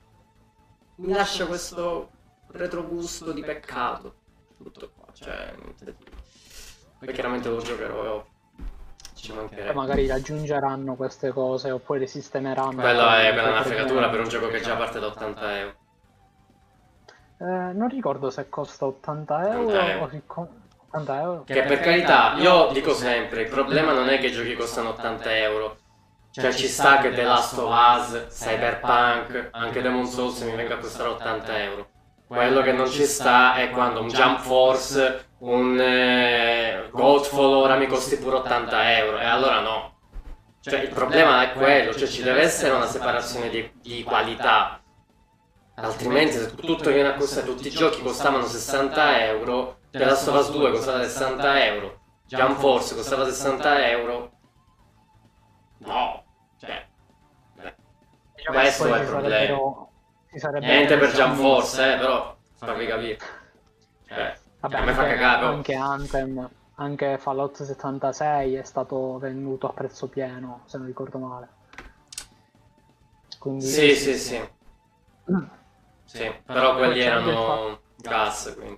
mi lascia questo retrogusto di peccato. Tutto qua, cioè... niente di- Poi chiaramente lo giocherò, ci Poi mancherebbe. magari aggiungeranno queste cose oppure le sistemeranno. Quello è per Poi una per- fregatura per un gioco che già parte da ottanta euro. Eh, non ricordo se costa ottanta euro ottanta euro. o se co- ottanta euro. Che per carità, io dico sempre, il problema non è che i giochi costano ottanta euro. Cioè ci sta che The Last of Us, Cyberpunk, anche Demon Souls mi venga a costare ottanta euro. Quello che non ci sta è quando un Jump Force, un eh, Godfall ora mi costi pure ottanta euro. E allora no. Cioè il problema è quello, cioè ci deve essere una separazione di, di qualità. Altrimenti se tutto viene a costare, tutti i giochi costavano sessanta euro, The Last of Us due costava sessanta euro, Jump Force costava sessanta euro. No, cioè, eh, Diciamo questo che poi è il ci problema. sarebbero- ci sarebbe Niente per diciamo, Jump Force, eh, però farvi capire. Cioè, Vabbè, a me fa anche, cagare, però. anche Anthem, anche Fallout settantasei è stato venduto a prezzo pieno, se non ricordo male. Quindi, Sì, sì, sì. Sì, però quelli Poi c'è anche il erano gas, quindi.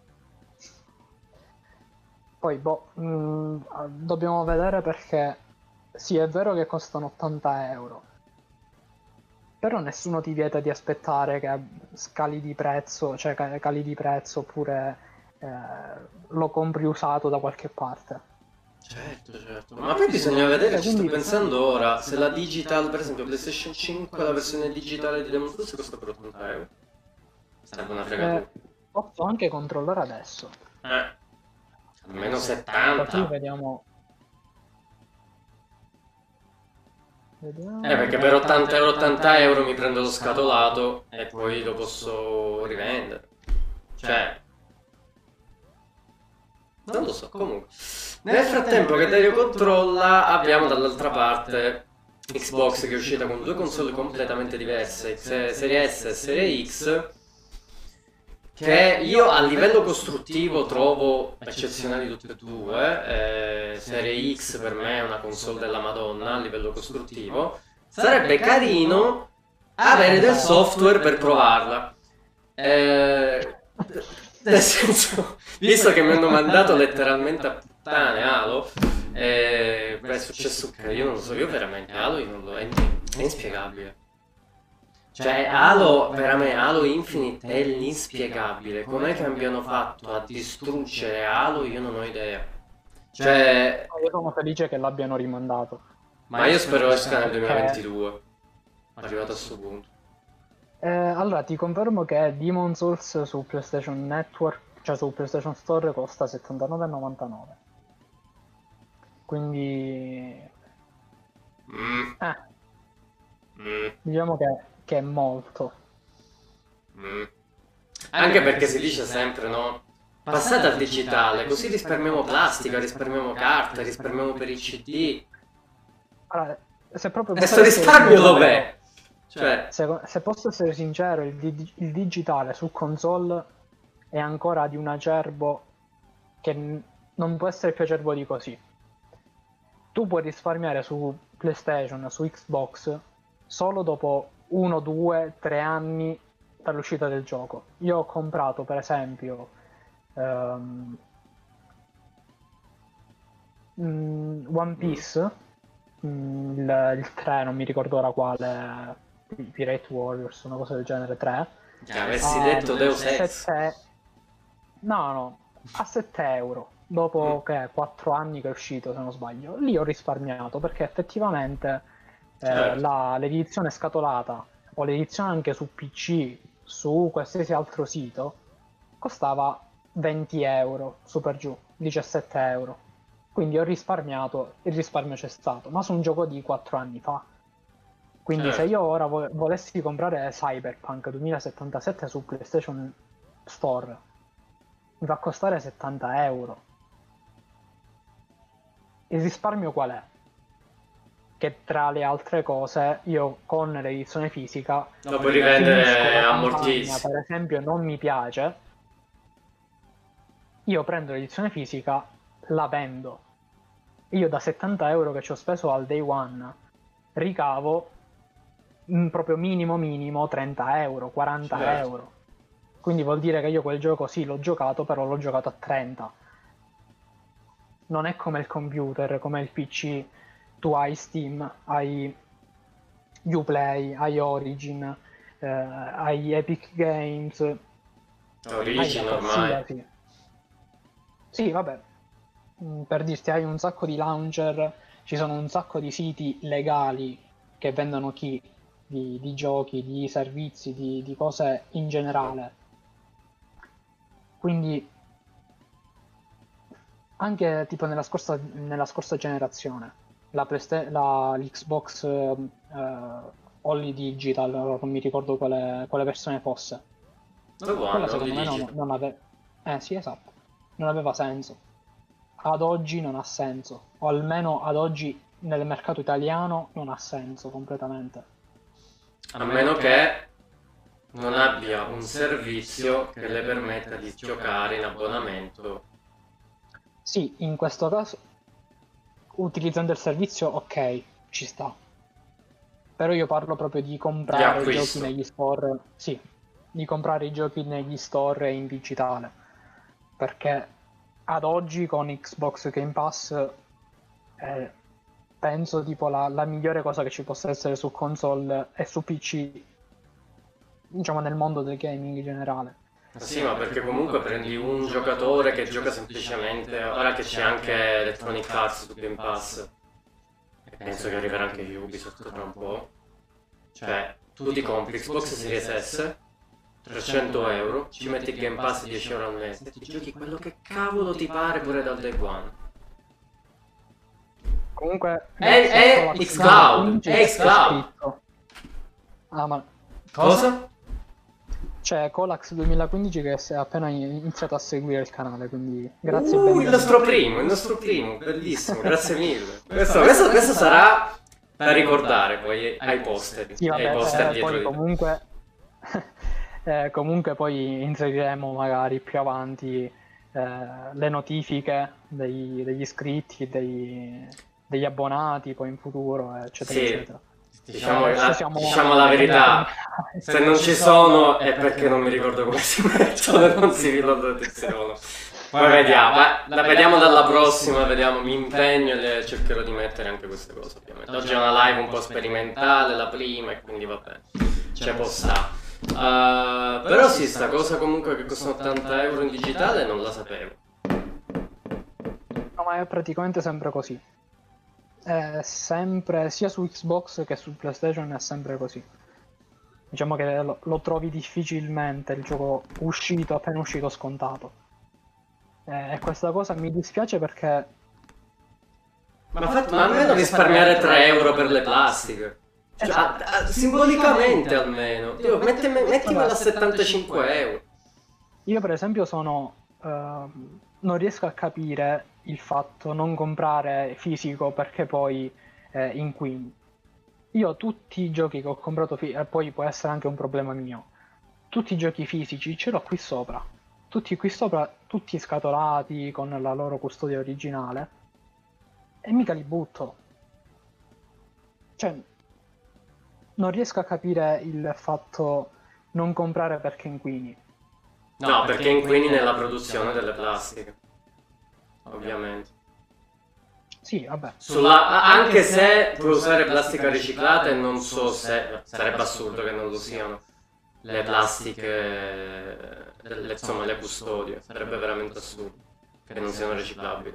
Poi, boh, mh, dobbiamo vedere perché sì, è vero che costano ottanta euro, però nessuno ti vieta di aspettare che scali di prezzo, cioè ca- cali di prezzo oppure eh, lo compri usato da qualche parte. Certo, certo. Ma poi bisogna vedere, ci sto Quindi- pensando ora, se la digital, per esempio PlayStation cinque, la versione digitale di Demon Souls costa per ottanta euro. Sarebbe una fregatura. Eh, posso anche controllare adesso. Eh. Almeno Così settanta. vediamo. Vediamo. Eh, perché per ottanta euro, ottanta euro mi prendo lo scatolato e poi lo posso rivendere. Cioè... non lo so, comunque. Nel frattempo che Dario controlla, abbiamo dall'altra parte Xbox che è uscita con due console completamente diverse, X- Serie S e Serie X, che io a livello costruttivo trovo eccezionali tutte e due. Eh, Serie X per me è una console della Madonna a livello costruttivo. Sarebbe carino avere del software per provarla. Eh, nel senso, visto che mi hanno mandato letteralmente a puttane Halo, eh, beh, è successo che io non lo so, io veramente Halo io non lo, è, è inspiegabile. Cioè, Halo, veramente, Halo Infinite è l'inspiegabile. Com'è che abbiano fatto a distruggere Halo? Io non ho idea. Cioè, Io sono felice che l'abbiano rimandato. ma io spero esca nel duemilaventidue. Arrivato a questo punto. Eh, allora, ti confermo che Demon's Souls su PlayStation Network, cioè su PlayStation Store, costa settantanove e novantanove. Quindi... Mm. Eh, Mm. diciamo che, che è molto. Mm. Anche perché si dice sempre, no? Passate al digitale, così risparmiamo plastica, risparmiamo carta, risparmiamo per i C D. Allora, se proprio Questo posso essere risparmio sincero, dov'è? Cioè, se, se posso essere sincero, il, di- il digitale su console è ancora di un acerbo che n- non può essere più acerbo di così. Tu puoi risparmiare su PlayStation, su Xbox, solo dopo uno, due, tre anni dall'uscita del gioco. Io ho comprato, per esempio, ehm, mm, One Piece, mm, il, il tre, non mi ricordo ora quale, Pirate Warriors, una cosa del genere, tre. che avessi a detto Deus Ex. sette no, no, a sette euro, dopo Mm. che quattro anni che è uscito, se non sbaglio. Lì ho risparmiato perché effettivamente eh, Certo. la- l'edizione scatolata o l'edizione anche su P C, su qualsiasi altro sito, costava venti euro, su per giù, diciassette euro. Quindi ho risparmiato, il risparmio c'è stato, ma su un gioco di quattro anni fa. Quindi Certo. se io ora vo- volessi comprare Cyberpunk duemilasettantasette su PlayStation Store, mi va a costare settanta euro. Il risparmio qual è? Che tra le altre cose io con l'edizione fisica Lo puoi finisco rivendere la a campagna, mortissimo. per esempio non mi piace, io prendo l'edizione fisica, la vendo. Io da settanta euro che ci ho speso al day one ricavo mm, proprio minimo minimo trenta euro, quaranta Certo. euro. Quindi vuol dire che io quel gioco sì l'ho giocato, però l'ho giocato a trenta. Non è come il computer, come il P C, tu hai Steam, hai Uplay, hai Origin, eh, hai Epic Games, hai Origin da ormai. qualsiasi. Sì, vabbè, Mm, per dirti, hai un sacco di launcher, ci sono un sacco di siti legali che vendono key di, di giochi, di servizi, di, di cose in generale. Quindi anche tipo nella scorsa, nella scorsa generazione, la Playsta- la- l'Xbox eh, Only Digital, ora non mi ricordo quale, quale versione fosse. The Quella One, Only secondo me non, Digital. non aveva... Eh sì, esatto. Non aveva senso. Ad oggi non ha senso. O almeno ad oggi nel mercato italiano non ha senso completamente. A meno che non abbia un servizio che le permetta di giocare in abbonamento. Sì, in questo caso, utilizzando il servizio, ok, ci sta. Però io parlo proprio di Di comprare giochi acquisto. negli store. Sì, di comprare i giochi negli store e in digitale. Perché ad oggi con Xbox Game Pass eh, penso tipo la, la migliore cosa che ci possa essere su console e su P C, diciamo nel mondo del gaming in generale. Sì, ma perché comunque prendi un giocatore che gioca semplicemente, ora che c'è anche Electronic Arts su Game Pass, e penso che arriverà anche Ubisoft tra un po', cioè tu ti compri Xbox Series S, trecento euro, ci metti il Game Pass dieci euro al mese, e ti giochi quello che cavolo ti pare pure dal day one. Comunque È, è Colax xCloud, duemilaquindici è xCloud. scritto. Ah, ma Cosa? c'è Colax duemilaquindici che si è appena iniziato a seguire il canale, quindi grazie e Uh, il benvenuto. nostro primo, il nostro primo, bellissimo, grazie mille. Questo, questo, questo sarà da ricordare poi ai posteri, Sì, ai vabbè, poster eh, dietro poi di te. comunque eh, comunque poi inseriremo magari più avanti eh, le notifiche dei- degli iscritti, dei- degli abbonati poi in futuro, eccetera, Sì, eccetera. Diciamo, Adesso la, siamo- diciamo la verità, se non ci sono è perché non mi ricordo come si mettono e non si ricorda che ci sono. Poi vediamo, eh, la vediamo dalla prossima, vediamo, mi impegno e le cercherò di mettere anche queste cose ovviamente. Oggi è una live un po' sperimentale, la prima, e quindi va bene, ce può sta. Uh, però sì, sta cosa comunque che costano ottanta euro in digitale non la sapevo. No, ma è praticamente sempre così. È sempre, sia su Xbox che su PlayStation è sempre così. Diciamo che lo, lo trovi difficilmente il gioco uscito, appena uscito, scontato. Eh, E questa cosa mi dispiace perché Ma, fat- ma almeno risparmiare tre euro per le plastiche. Cioè, a- a- simbolicamente almeno. Dio, mettimi- mettimela a settantacinque euro. io per esempio sono ehm, non riesco a capire il fatto non comprare fisico perché poi eh, inquini. Io tutti i giochi che ho comprato, fi- e poi può essere anche un problema mio, tutti i giochi fisici ce l'ho qui sopra. Tutti qui sopra, tutti scatolati con la loro custodia originale. E mica li butto. Cioè, non riesco a capire il fatto non comprare perché inquini. No, perché inquini nella produzione delle plastiche. Ovviamente. Sì, vabbè. Sulla, anche se puoi usare plastica riciclata e non so se sarebbe assurdo che non lo siano le plastiche, le, insomma le custodie, sarebbe veramente assurdo che non siano riciclabili.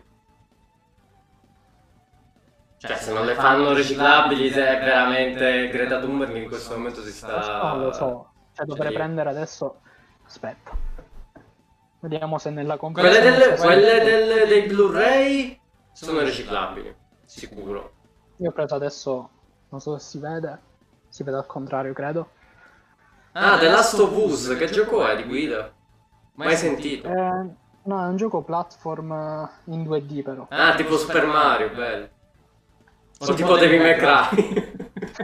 Cioè se non le fanno riciclabili è veramente Greta Thunberg in questo momento si sta... Non lo so, cioè dovrei Cioè, prendere adesso. Aspetta. Vediamo se nella Quelle, compressione. delle, quelle delle- dei Blu-ray sono riciclabili, sicuro. Io ho preso adesso, non so se si vede, si vede al contrario, credo. Ah, The Last of Us, che gioco è di guida? Mai sentito? Eh, no, è un gioco platform eh, in due D però. Ah, tipo Super Mario, bello. O tipo Devil May Cry.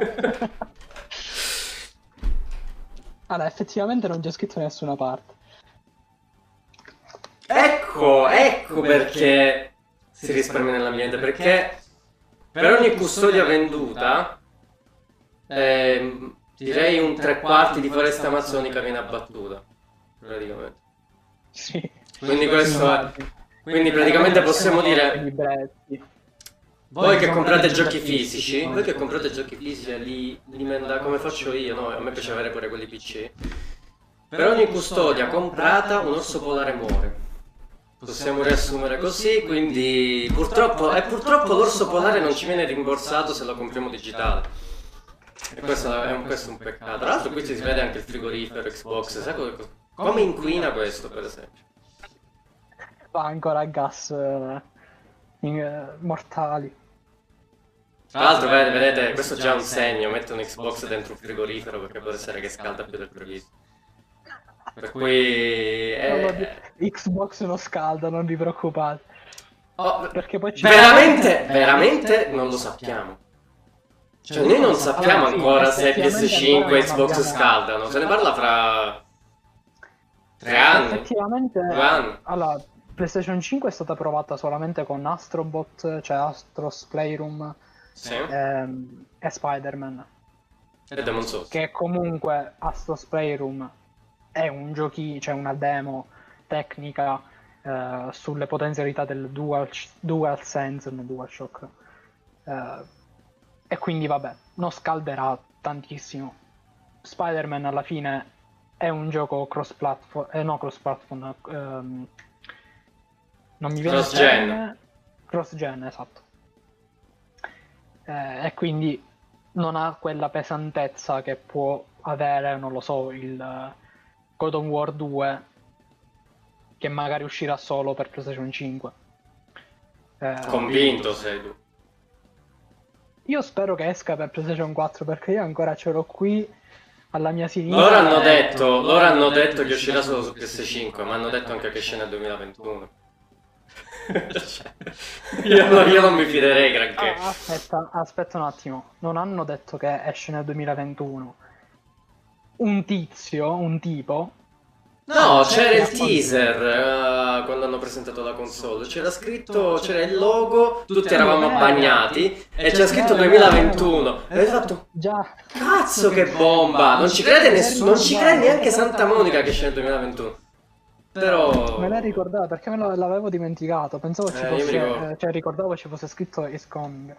Allora, effettivamente non c'è scritto da nessuna parte. Ecco, ecco perché si risparmia nell'ambiente, perché per ogni custodia venduta, ehm, direi un tre quarti di foresta amazzonica viene abbattuta, praticamente. Sì. Quindi questo è... Quindi praticamente possiamo dire... Libretti. Voi che comprate giochi fisici, voi che comprate giochi fisici e li, li manda come faccio io, no? A me piace avere pure quelli P C. Per ogni custodia comprata un orso polare muore. Possiamo riassumere così, quindi purtroppo, e purtroppo l'orso polare non ci viene rimborsato se lo compriamo digitale. E questo è un, questo è un peccato. Tra l'altro qui si vede anche il frigorifero, Xbox, sai come, come inquina questo per esempio? Va ancora a gas eh, in- eh, mortali. Tra l'altro vedete, vedete, questo è già un segno, metto un Xbox dentro un frigorifero perché può essere che scalda più del previsto. Per cui... Non lo Eh, di- Xbox non scalda, non vi preoccupate. oh, Perché poi c'è... veramente, veramente non lo sappiamo. Cioè noi non sappiamo Allora, sì, ancora se P S effettivamente cinque e ancora non Xbox abbiamo- scaldano, se ne parla fra... tre anni. Effettivamente, Due anni. allora, PlayStation cinque è stata provata solamente con Astrobot, cioè Astros Playroom Sì. ehm, e Spider-Man. E Demon Souls. Che comunque Astros Playroom è un giochi, cioè una demo tecnica eh, sulle potenzialità del Dual, DualSense, non DualShock. Eh, e quindi vabbè, non scalderà tantissimo. Spider-Man alla fine è un gioco cross-platform, eh, no cross-platform, ehm, non mi viene il Cross-gen. termine. Cross-gen, esatto. Eh, e quindi non ha quella pesantezza che può avere, non lo so, il eh, God of War due, che magari uscirà solo per PlayStation cinque. Eh, Convinto sei tu. io spero che esca per PlayStation quattro perché io ancora ce l'ho qui alla mia sinistra. Loro hanno detto, loro hanno detto che uscirà solo su P S cinque, ma hanno detto anche che esce nel duemilaventuno. Cioè, io, no- io non mi fiderei granché. Ah, aspetta, aspetta un attimo, non hanno detto che esce nel duemilaventuno. Un tizio, un tipo, No, c'era il teaser, eh, quando hanno presentato la console. C'era scritto, c'era il logo, tutti eravamo bagnati e c'era scritto duemilaventuno. E hai fatto, già, cazzo che bomba! Non ci crede nessuno, non ci crede neanche Santa Monica che c'è nel duemilaventuno. Però... me l'hai ricordata perché me lo- l'avevo dimenticato. Pensavo ci Eh, io mi fosse, ricordo. eh, cioè ricordavo ci fosse scritto It's Coming.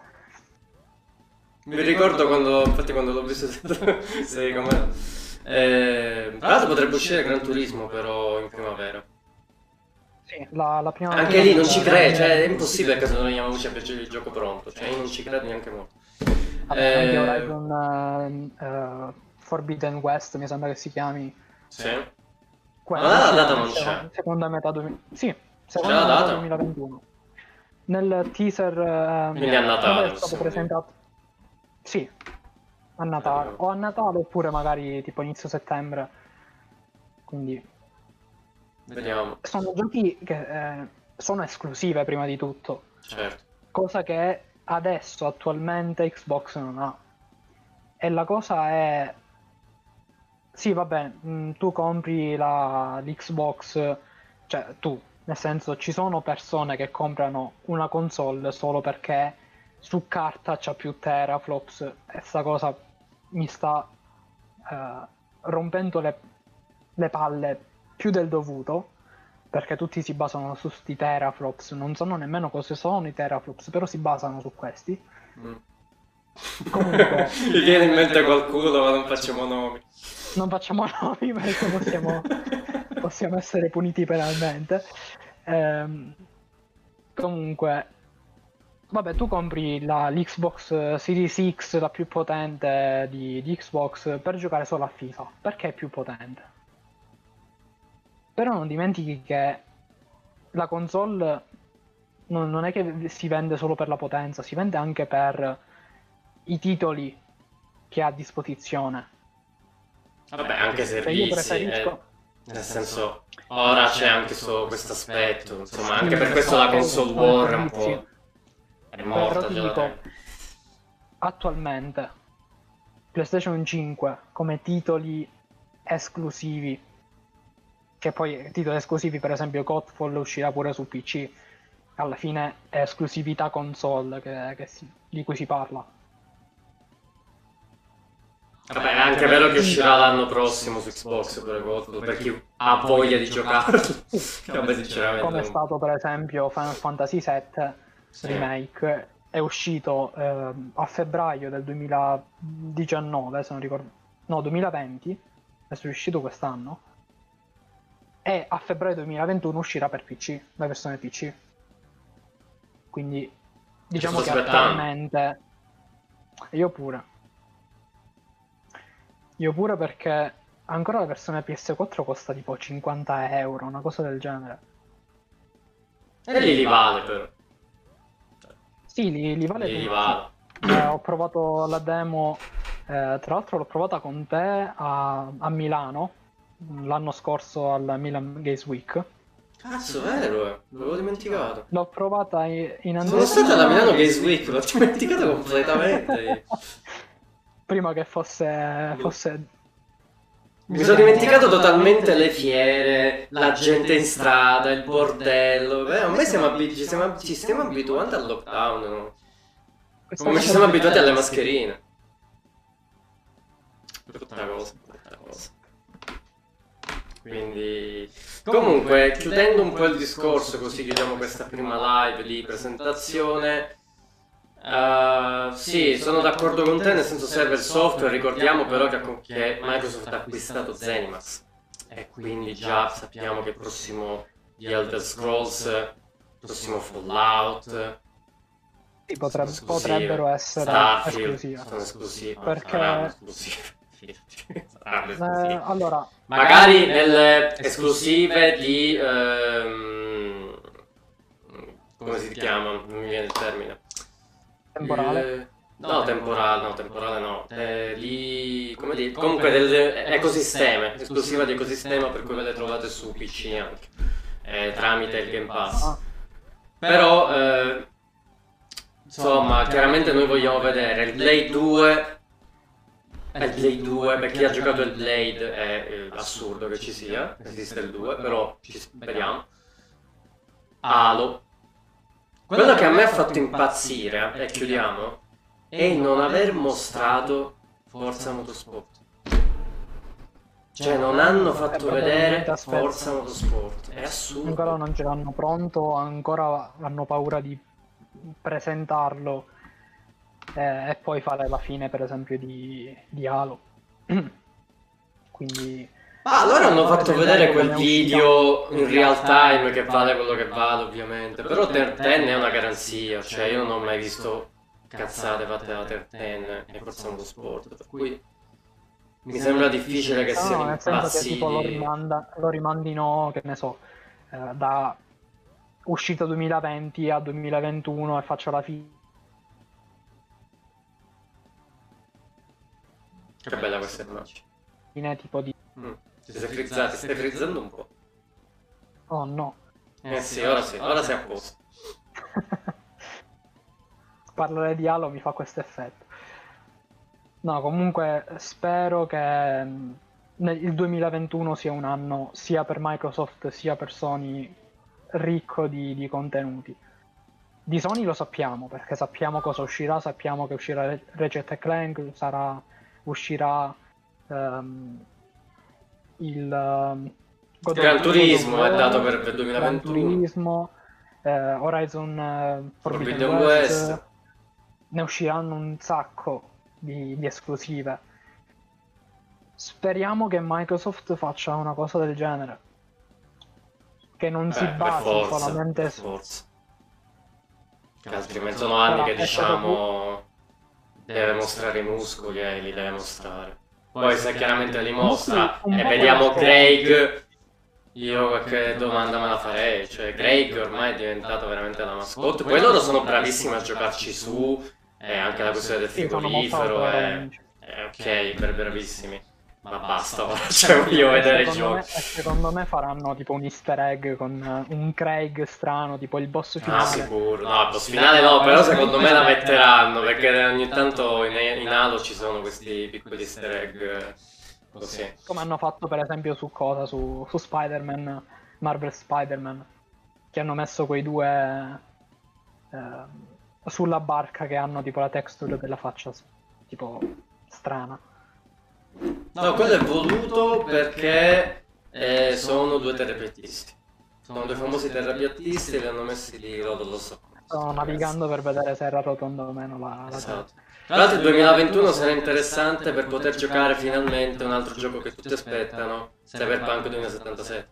Mi ricordo quando, infatti quando l'ho visto, sei come... Eh, tra l'altro potrebbe uscire Gran Turismo però in primavera. Sì, la, la prima Anche lì non ci crede, cioè è impossibile che se non andiamo ci abbia il gioco pronto, cioè io non ci credo neanche molto. Vabbè, anche Eh, Horizon eh, eh, Forbidden West mi sembra che si chiami. sì. Quello, Ma la sì, data non seconda, c'è. seconda metà duemila sì, C'è seconda la metà data? duemilaventuno. Nel teaser eh, Quindi a Natale, dove è stato possiamo dire. presentato. Sì, a Natale. O a Natale oppure magari tipo inizio settembre. Quindi Vediamo. sono giochi che eh, sono esclusive prima di tutto. Certo. Cosa che adesso attualmente Xbox non ha. E la cosa è... Sì, vabbè, mh, tu compri la, l'Xbox, cioè tu, nel senso ci sono persone che comprano una console solo perché su carta c'ha più teraflops e sta cosa mi sta eh, rompendo le, le palle più del dovuto, perché tutti si basano su sti teraflops, non sanno nemmeno cosa sono i teraflops, però si basano su questi. Mm. Comunque, Mi viene in mente qualcuno, ma non facciamo nomi. non facciamo nomi perché possiamo, possiamo essere puniti penalmente. Ehm, comunque, vabbè, tu compri la, l'Xbox Series X, la più potente di, di Xbox, per giocare solo a FIFA. Perché è più potente? Però non dimentichi che la console non, non è che si vende solo per la potenza, si vende anche per i titoli che ha a disposizione. Vabbè, anche Cioè, io servizi, preferisco... eh, nel senso, ora c'è anche questo aspetto, insomma, anche Sì, per questo la ok, console come war è un servizi. po'... è morta Però ti già da dico, tempo. attualmente PlayStation cinque come titoli esclusivi, che poi titoli esclusivi, per esempio Godfall uscirà pure su P C, alla fine è esclusività console che, che si- di cui si parla. Vabbè, è anche vero che uscirà l'anno prossimo su Xbox per Godfall, per chi ha voglia di giocarlo. Che vabbè, sinceramente... Come è non- stato per esempio Final Fantasy sette Sì. Remake, è uscito ehm, a febbraio del duemiladiciannove, se non ricordo, no, duemilaventi, adesso è uscito quest'anno, e a febbraio duemilaventuno uscirà per P C, la versione P C. Quindi diciamo sto che aspettando. attualmente io pure. Io pure perché ancora la versione P S quattro costa tipo cinquanta euro, una cosa del genere. E lì li vale però. Sì, li, li vale Lì li tutti. vale. Eh, ho provato la demo, eh, tra l'altro l'ho provata con te a, a Milano, l'anno scorso al Milan Games Week. Cazzo, vero, eh. L'avevo dimenticato. L'ho provata in, in Sono stato alla Milano Games Week, l'ho dimenticato completamente. prima che fosse... fosse... Mi sono dimenticato totalmente le fiere, la gente in strada, il bordello. Beh, ormai siamo abi- ci, siamo, ci stiamo abituando al lockdown, no? Come ci siamo abituati alle mascherine. Brutta cosa, brutta cosa. Quindi, comunque, chiudendo un po' il discorso, così chiudiamo questa prima live di presentazione. Uh, sì, sono d'accordo con te, nel senso serve il software. Ricordiamo però che, che Microsoft ha acquistato Zenimax e quindi già sappiamo che il prossimo The Elder Scrolls, il prossimo Fallout, Sì, potreb- sono esclusive. potrebbero essere Starfield esclusive. sono esclusive, Perché- saranno esclusive. Saranno Eh, esclusive. allora, Magari nelle esclusive di ehm, come si chiama? Non mi viene il termine. temporale. Eh, no, temporale, no, temporale no. Eh, di, come dire, comunque dell'ecosistema, esclusiva di ecosistema, per cui ve le trovate su P C anche, eh, tramite il Game Pass. Ah, Però, eh, insomma, chiaramente noi vogliamo vedere il Blade due. Il Blade due, per chi ha giocato il Blade è eh, assurdo che ci sia, esiste il due, però ci speriamo. Halo. Quello che a me ha fatto impazzire, e chiudiamo, è il non aver mostrato Forza Motorsport. Cioè non hanno fatto Eh, vedere aspetta. Forza Motorsport. È assurdo. Ancora non ce l'hanno pronto, ancora hanno paura di presentarlo eh, e poi fare la fine, per esempio, di, di Halo. Quindi Ah, allora hanno fatto vedere quel come video in real time che vale quello che vale, ovviamente. Però Turn dieci è una garanzia, cioè io non ho mai visto cazzate fatte da Turn dieci e Forza Motorsport, per cui mi sembra difficile che no, siano nel senso che tipo lo, impazziti. rimanda, lo rimandino, che ne so, eh, da uscita duemilaventi a duemilaventuno e faccio la fine. Che bella questa immagine. Tipo di Mm. Ti sei frizzati, stai frizzando un po'. oh no. Eh sì, ora sì, ora sei a posto. Parlare di Halo mi fa questo effetto. No, comunque spero che mh, nel- il duemilaventuno sia un anno sia per Microsoft sia per Sony ricco di, di contenuti. Di Sony lo sappiamo, perché sappiamo cosa uscirà, sappiamo che uscirà Re- Ratchet and Clank, sarà, uscirà ehm, il ehm, God of- Gran God of Turismo è War, dato per il Gran duemilaventuno. Turismo, eh, Horizon eh, Forbidden, Forbidden West, West. ne usciranno un sacco di, di esclusive. Speriamo che Microsoft faccia una cosa del genere, che non si Eh, per basi forza, solamente per su... forza. Che altrimenti sono anni che diciamo deve mostrare i muscoli e li deve mostrare. Poi se chiaramente li mostra Un e po' vediamo questo- Craig, io qualche domanda me la farei. Cioè Craig ormai è diventato veramente la mascotte. Poi loro sono bravissimi a giocarci su, e anche la questione del Sì, sono molto frigorifero è, autorevoli. è ok, per bravissimi. Ma basta, ora, cioè voglio vedere i Secondo me, giochi. e secondo me faranno tipo un easter egg con eh, un Craig strano, tipo il boss Ah, finale. sicuro. No, il boss finale no, però secondo me la metteranno, perché ogni tanto in, in Halo ci sono questi piccoli easter egg eh, così. Come hanno fatto per esempio su cosa, su, su Spider-Man, Marvel Spider-Man, che hanno messo quei due eh, sulla barca che hanno tipo la texture della faccia s- tipo strana. No, quello è voluto perché eh, sono due terrapiattisti. Sono due famosi terrapiattisti e li hanno messi lì, lo, lo so. Sto navigando per vedere se era rotonda o meno la, la Esatto. Tra l'altro il duemilaventuno sarà interessante per poter giocare finalmente un altro gioco che tutti aspettano, Cyberpunk duemilasettantasette.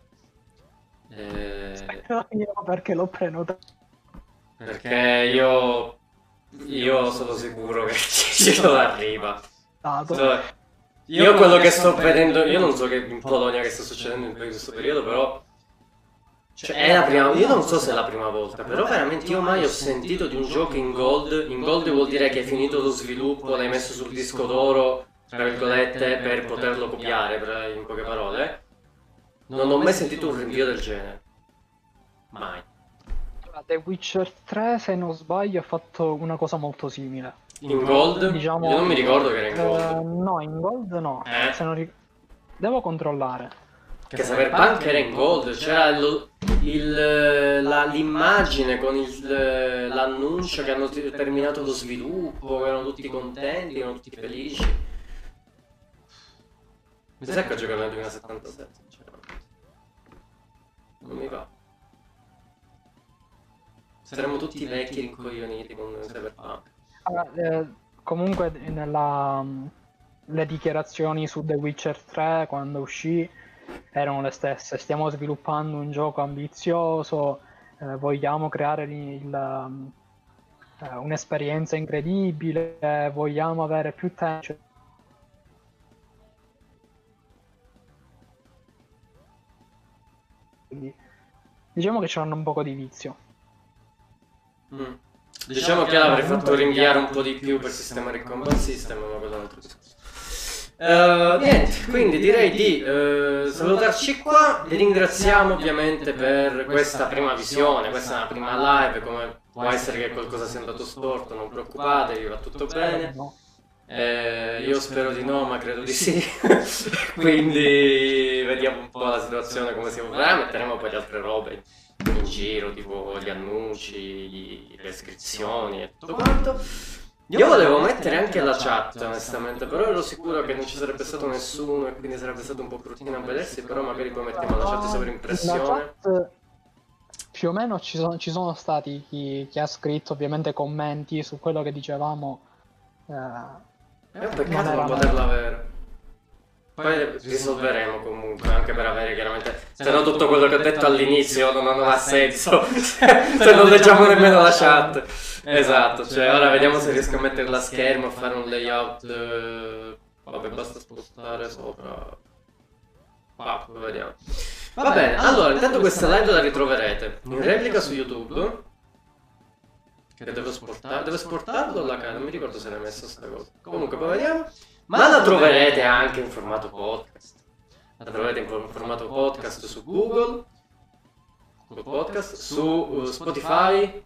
Eh, terra. Io perché l'ho prenotato. perché io, io sono sicuro che ci ci arriva. So- Io quello che sto vedendo, io non so che in Polonia che sta succedendo in questo periodo, però cioè, è la prima, io non so se è la prima volta, però veramente io mai ho sentito di un gioco in gold. In gold vuol dire che hai finito lo sviluppo, l'hai messo sul disco d'oro, tra virgolette, per poterlo copiare, per- in poche parole. Non ho mai sentito un rinvio del genere. Mai. The Witcher tre, se non sbaglio, ha fatto una cosa molto simile. In gold? Diciamo, Io non mi ricordo che era in Eh, gold. no, in gold no. Eh? Se non ric- Devo controllare. Che Cyberpunk era in gold, c'era il- il- la- l'immagine con il- l'annuncio che hanno t- terminato lo sviluppo, erano tutti contenti, erano tutti felici. Mi sa che ho giocato nel duemilasettantasette, sinceramente. Non mi va. Saremmo tutti vecchi rincoglioniti con Cyberpunk. Allora, eh, comunque nella, le dichiarazioni su The Witcher tre quando uscì erano le stesse. Stiamo sviluppando un gioco ambizioso, eh, vogliamo creare il- il, eh, un'esperienza incredibile, eh, vogliamo avere più tempo. Quindi, diciamo che c'hanno un poco di vizio. Mm. Diciamo che l'avrei fatto rinviare un po' di più per sistemare il combat system, ma quello è un altro discorso. Eh, niente, quindi direi di eh, salutarci qua. Vi ringraziamo ovviamente per questa prima visione, questa è una prima live, come può essere che qualcosa sia andato storto, non preoccupatevi, va tutto bene. No. Eh, io spero di no, ma credo di sì. Quindi vediamo un po' la situazione come si evolverà. Metteremo poi le altre robe in giro, tipo gli annunci, gli- le iscrizioni e tutto quanto. Io volevo mettere anche la chat, onestamente, però ero sicuro che non ci sarebbe stato nessuno e quindi sarebbe stato un po' bruttino a vedersi, però magari poi mettiamo la chat sovrimpressione. La chat, più o meno ci sono, ci sono stati chi, chi ha scritto ovviamente commenti su quello che dicevamo. eh, È un peccato Non non era poterla avere. Poi risolveremo comunque, anche per avere chiaramente... Se no tutto quello che ho detto all'inizio non, non ha senso, se non leggiamo nemmeno la chat. Esatto, cioè ora vediamo se riesco a metterla a schermo, a fare un layout... eh, Vabbè, basta spostare sopra... Qua, vediamo. Va bene, allora, intanto questa live la ritroverete in replica su YouTube. Che devo esportare? Devo esportarlo alla casa? Non mi ricordo se l'hai messo sta cosa. Comunque, poi vediamo. Ma la troverete anche in formato podcast. La troverete in formato podcast su Google, Google Podcast, su uh, Spotify,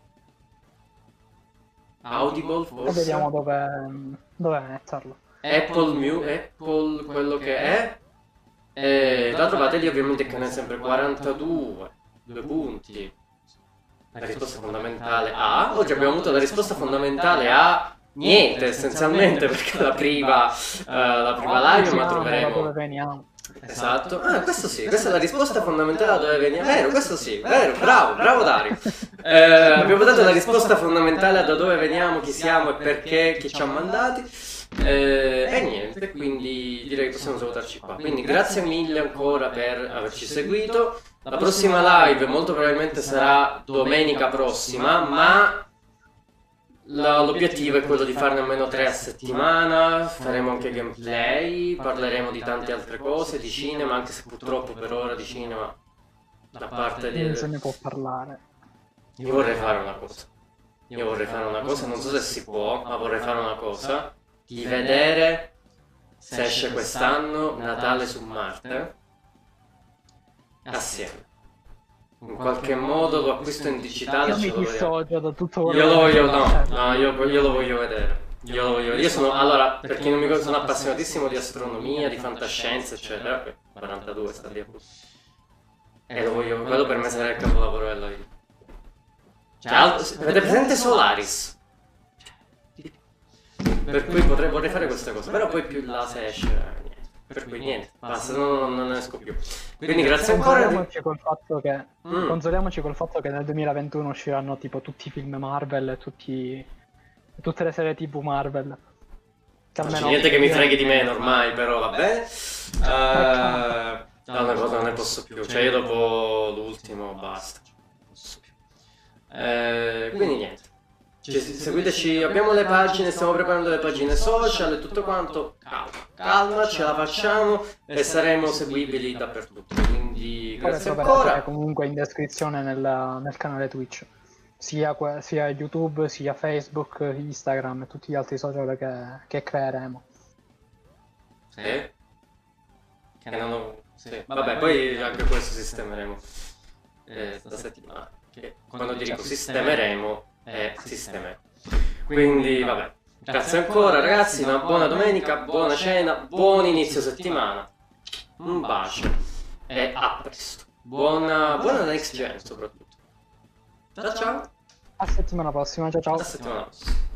Audible E forse, vediamo dove, dove metterlo. Apple, Mu- Apple quello che è. E la trovate lì ovviamente il canale sempre quarantadue, due punti. La risposta fondamentale a... Oggi abbiamo avuto la risposta fondamentale a... Niente, essenzialmente, perché la prima, uh, la prima live, ma Da dove troveremo... veniamo. Esatto. Ah, questo sì, questa è la risposta fondamentale da dove veniamo. Vero, questo sì, vero, bravo, bravo Dario. Eh, abbiamo dato la risposta fondamentale da dove veniamo, chi siamo e perché, chi ci ha mandati. Eh, e niente, quindi direi che possiamo salutarci qua. Quindi grazie mille ancora per averci seguito. La prossima live molto probabilmente sarà domenica prossima, ma la- l'obiettivo è quello di farne almeno tre a settimana. Faremo anche gameplay, parleremo di tante altre cose, di cinema, anche se purtroppo per ora di cinema da parte Non se di... ne può parlare. Io vorrei fare una cosa. Io vorrei fare una cosa, non so se si può, ma vorrei fare una cosa. Di vedere se esce quest'anno Natale su Marte assieme. In qualche modo lo acquisto in digitale. Io ce mi lo vediamo. dissocio da tutto quello Io lo che- voglio, no, no, io, io lo voglio vedere. Io lo voglio vedere. Io sono, allora, per chi non mi conosce, sono appassionatissimo di astronomia, di fantascienza, eccetera. quarantadue sta lì appunto. E lo voglio, quello per me sarà il capolavoro della vita. Cioè, al- avete presente Solaris? Per cui potrei, vorrei fare questa cosa, però poi più in là se esce, eh, niente. Per cui niente, basta, non, non ne esco più. Quindi grazie ancora. di- Consoliamoci col fatto che Mm. consoliamoci col fatto che nel duemilaventuno usciranno tipo tutti i film Marvel e tutti tutte le serie TV Marvel. Che Non c'è almeno- niente che mi freghi di meno ormai, però vabbè. Eh, no, una cosa non ne posso più. Cioè, io dopo l'ultimo basta. Non posso più. Eh, quindi niente. Ci- seguiteci, abbiamo le pagine, stiamo preparando le pagine social e tutto quanto. Calma, calma, ce la facciamo e saremo seguibili dappertutto. Quindi Poi le grazie troverete ancora. comunque in descrizione nel, nel canale Twitch. Sia, que- sia YouTube, sia Facebook, Instagram e tutti gli altri social che, che creeremo. Sì. Che non ho... sì. Vabbè, poi anche questo sistemeremo eh, sta settimana. Che quando dico sistemeremo è sistema. Quindi vabbè. Grazie ancora ragazzi, una buona domenica, buona cena, buon inizio settimana. Un bacio e a presto. Buona, buona next gen soprattutto. Ciao ciao. A settimana prossima, ciao ciao. Alla settimana prossima.